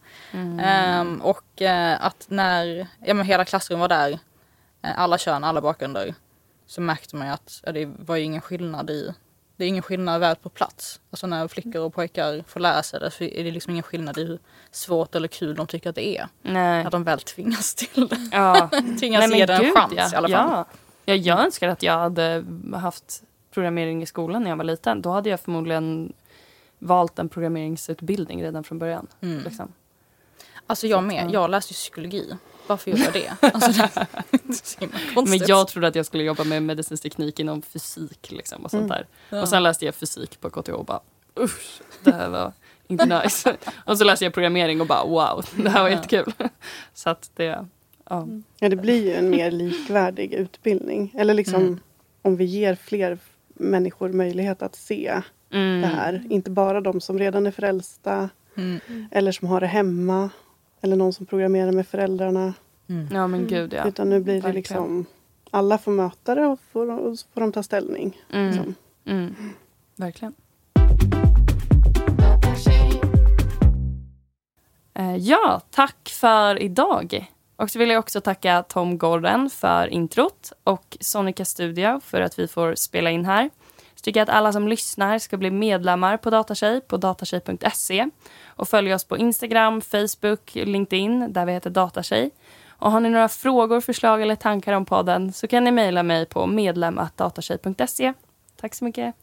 Att när hela klassrum var där, alla kön, alla bakgrunder, så märkte man ju att det var ju ingen skillnad i det är ingen skillnad väl på plats. Alltså när flickor och pojkar får lära sig det så är det liksom ingen skillnad i hur svårt eller kul de tycker att det är. Nej. Att de väl tvingas till det. Ja. Tvingas ge det en chans i alla fall. Ja, jag önskar att jag hade haft programmering i skolan när jag var liten. Då hade jag förmodligen valt en programmeringsutbildning redan från början. Liksom. Alltså jag med. Jag läste ju psykologi. Varför gjorde jag det? Alltså, det är så himla konstigt. Men jag trodde att jag skulle jobba med medicinsk teknik inom fysik liksom, och sånt där. Ja. Och sen läste jag fysik på KTH och bara usch, det här var inte nice. Och så läste jag programmering och bara wow, det här var jättekul. Så att det, ja. Ja, det blir ju en mer likvärdig utbildning. Eller liksom om vi ger fler människor möjlighet att se det här. Inte bara de som redan är frälsta. Eller som har det hemma. Eller någon som programmerar med föräldrarna. Ja, men gud, ja. Utan nu blir det liksom... Alla får möta det och får de ta ställning. Liksom. Verkligen. Ja, tack för idag. Och så vill jag också tacka Tom Gordon för introt. Och Sonica Studio för att vi får spela in här. Så tycker jag att alla som lyssnar ska bli medlemmar på Datatjej på datatjej.se. Och följ oss på Instagram, Facebook, LinkedIn där vi heter Datatjej. Och har ni några frågor, förslag eller tankar om podden så kan ni mejla mig på medlem@datatjej.se. Tack så mycket.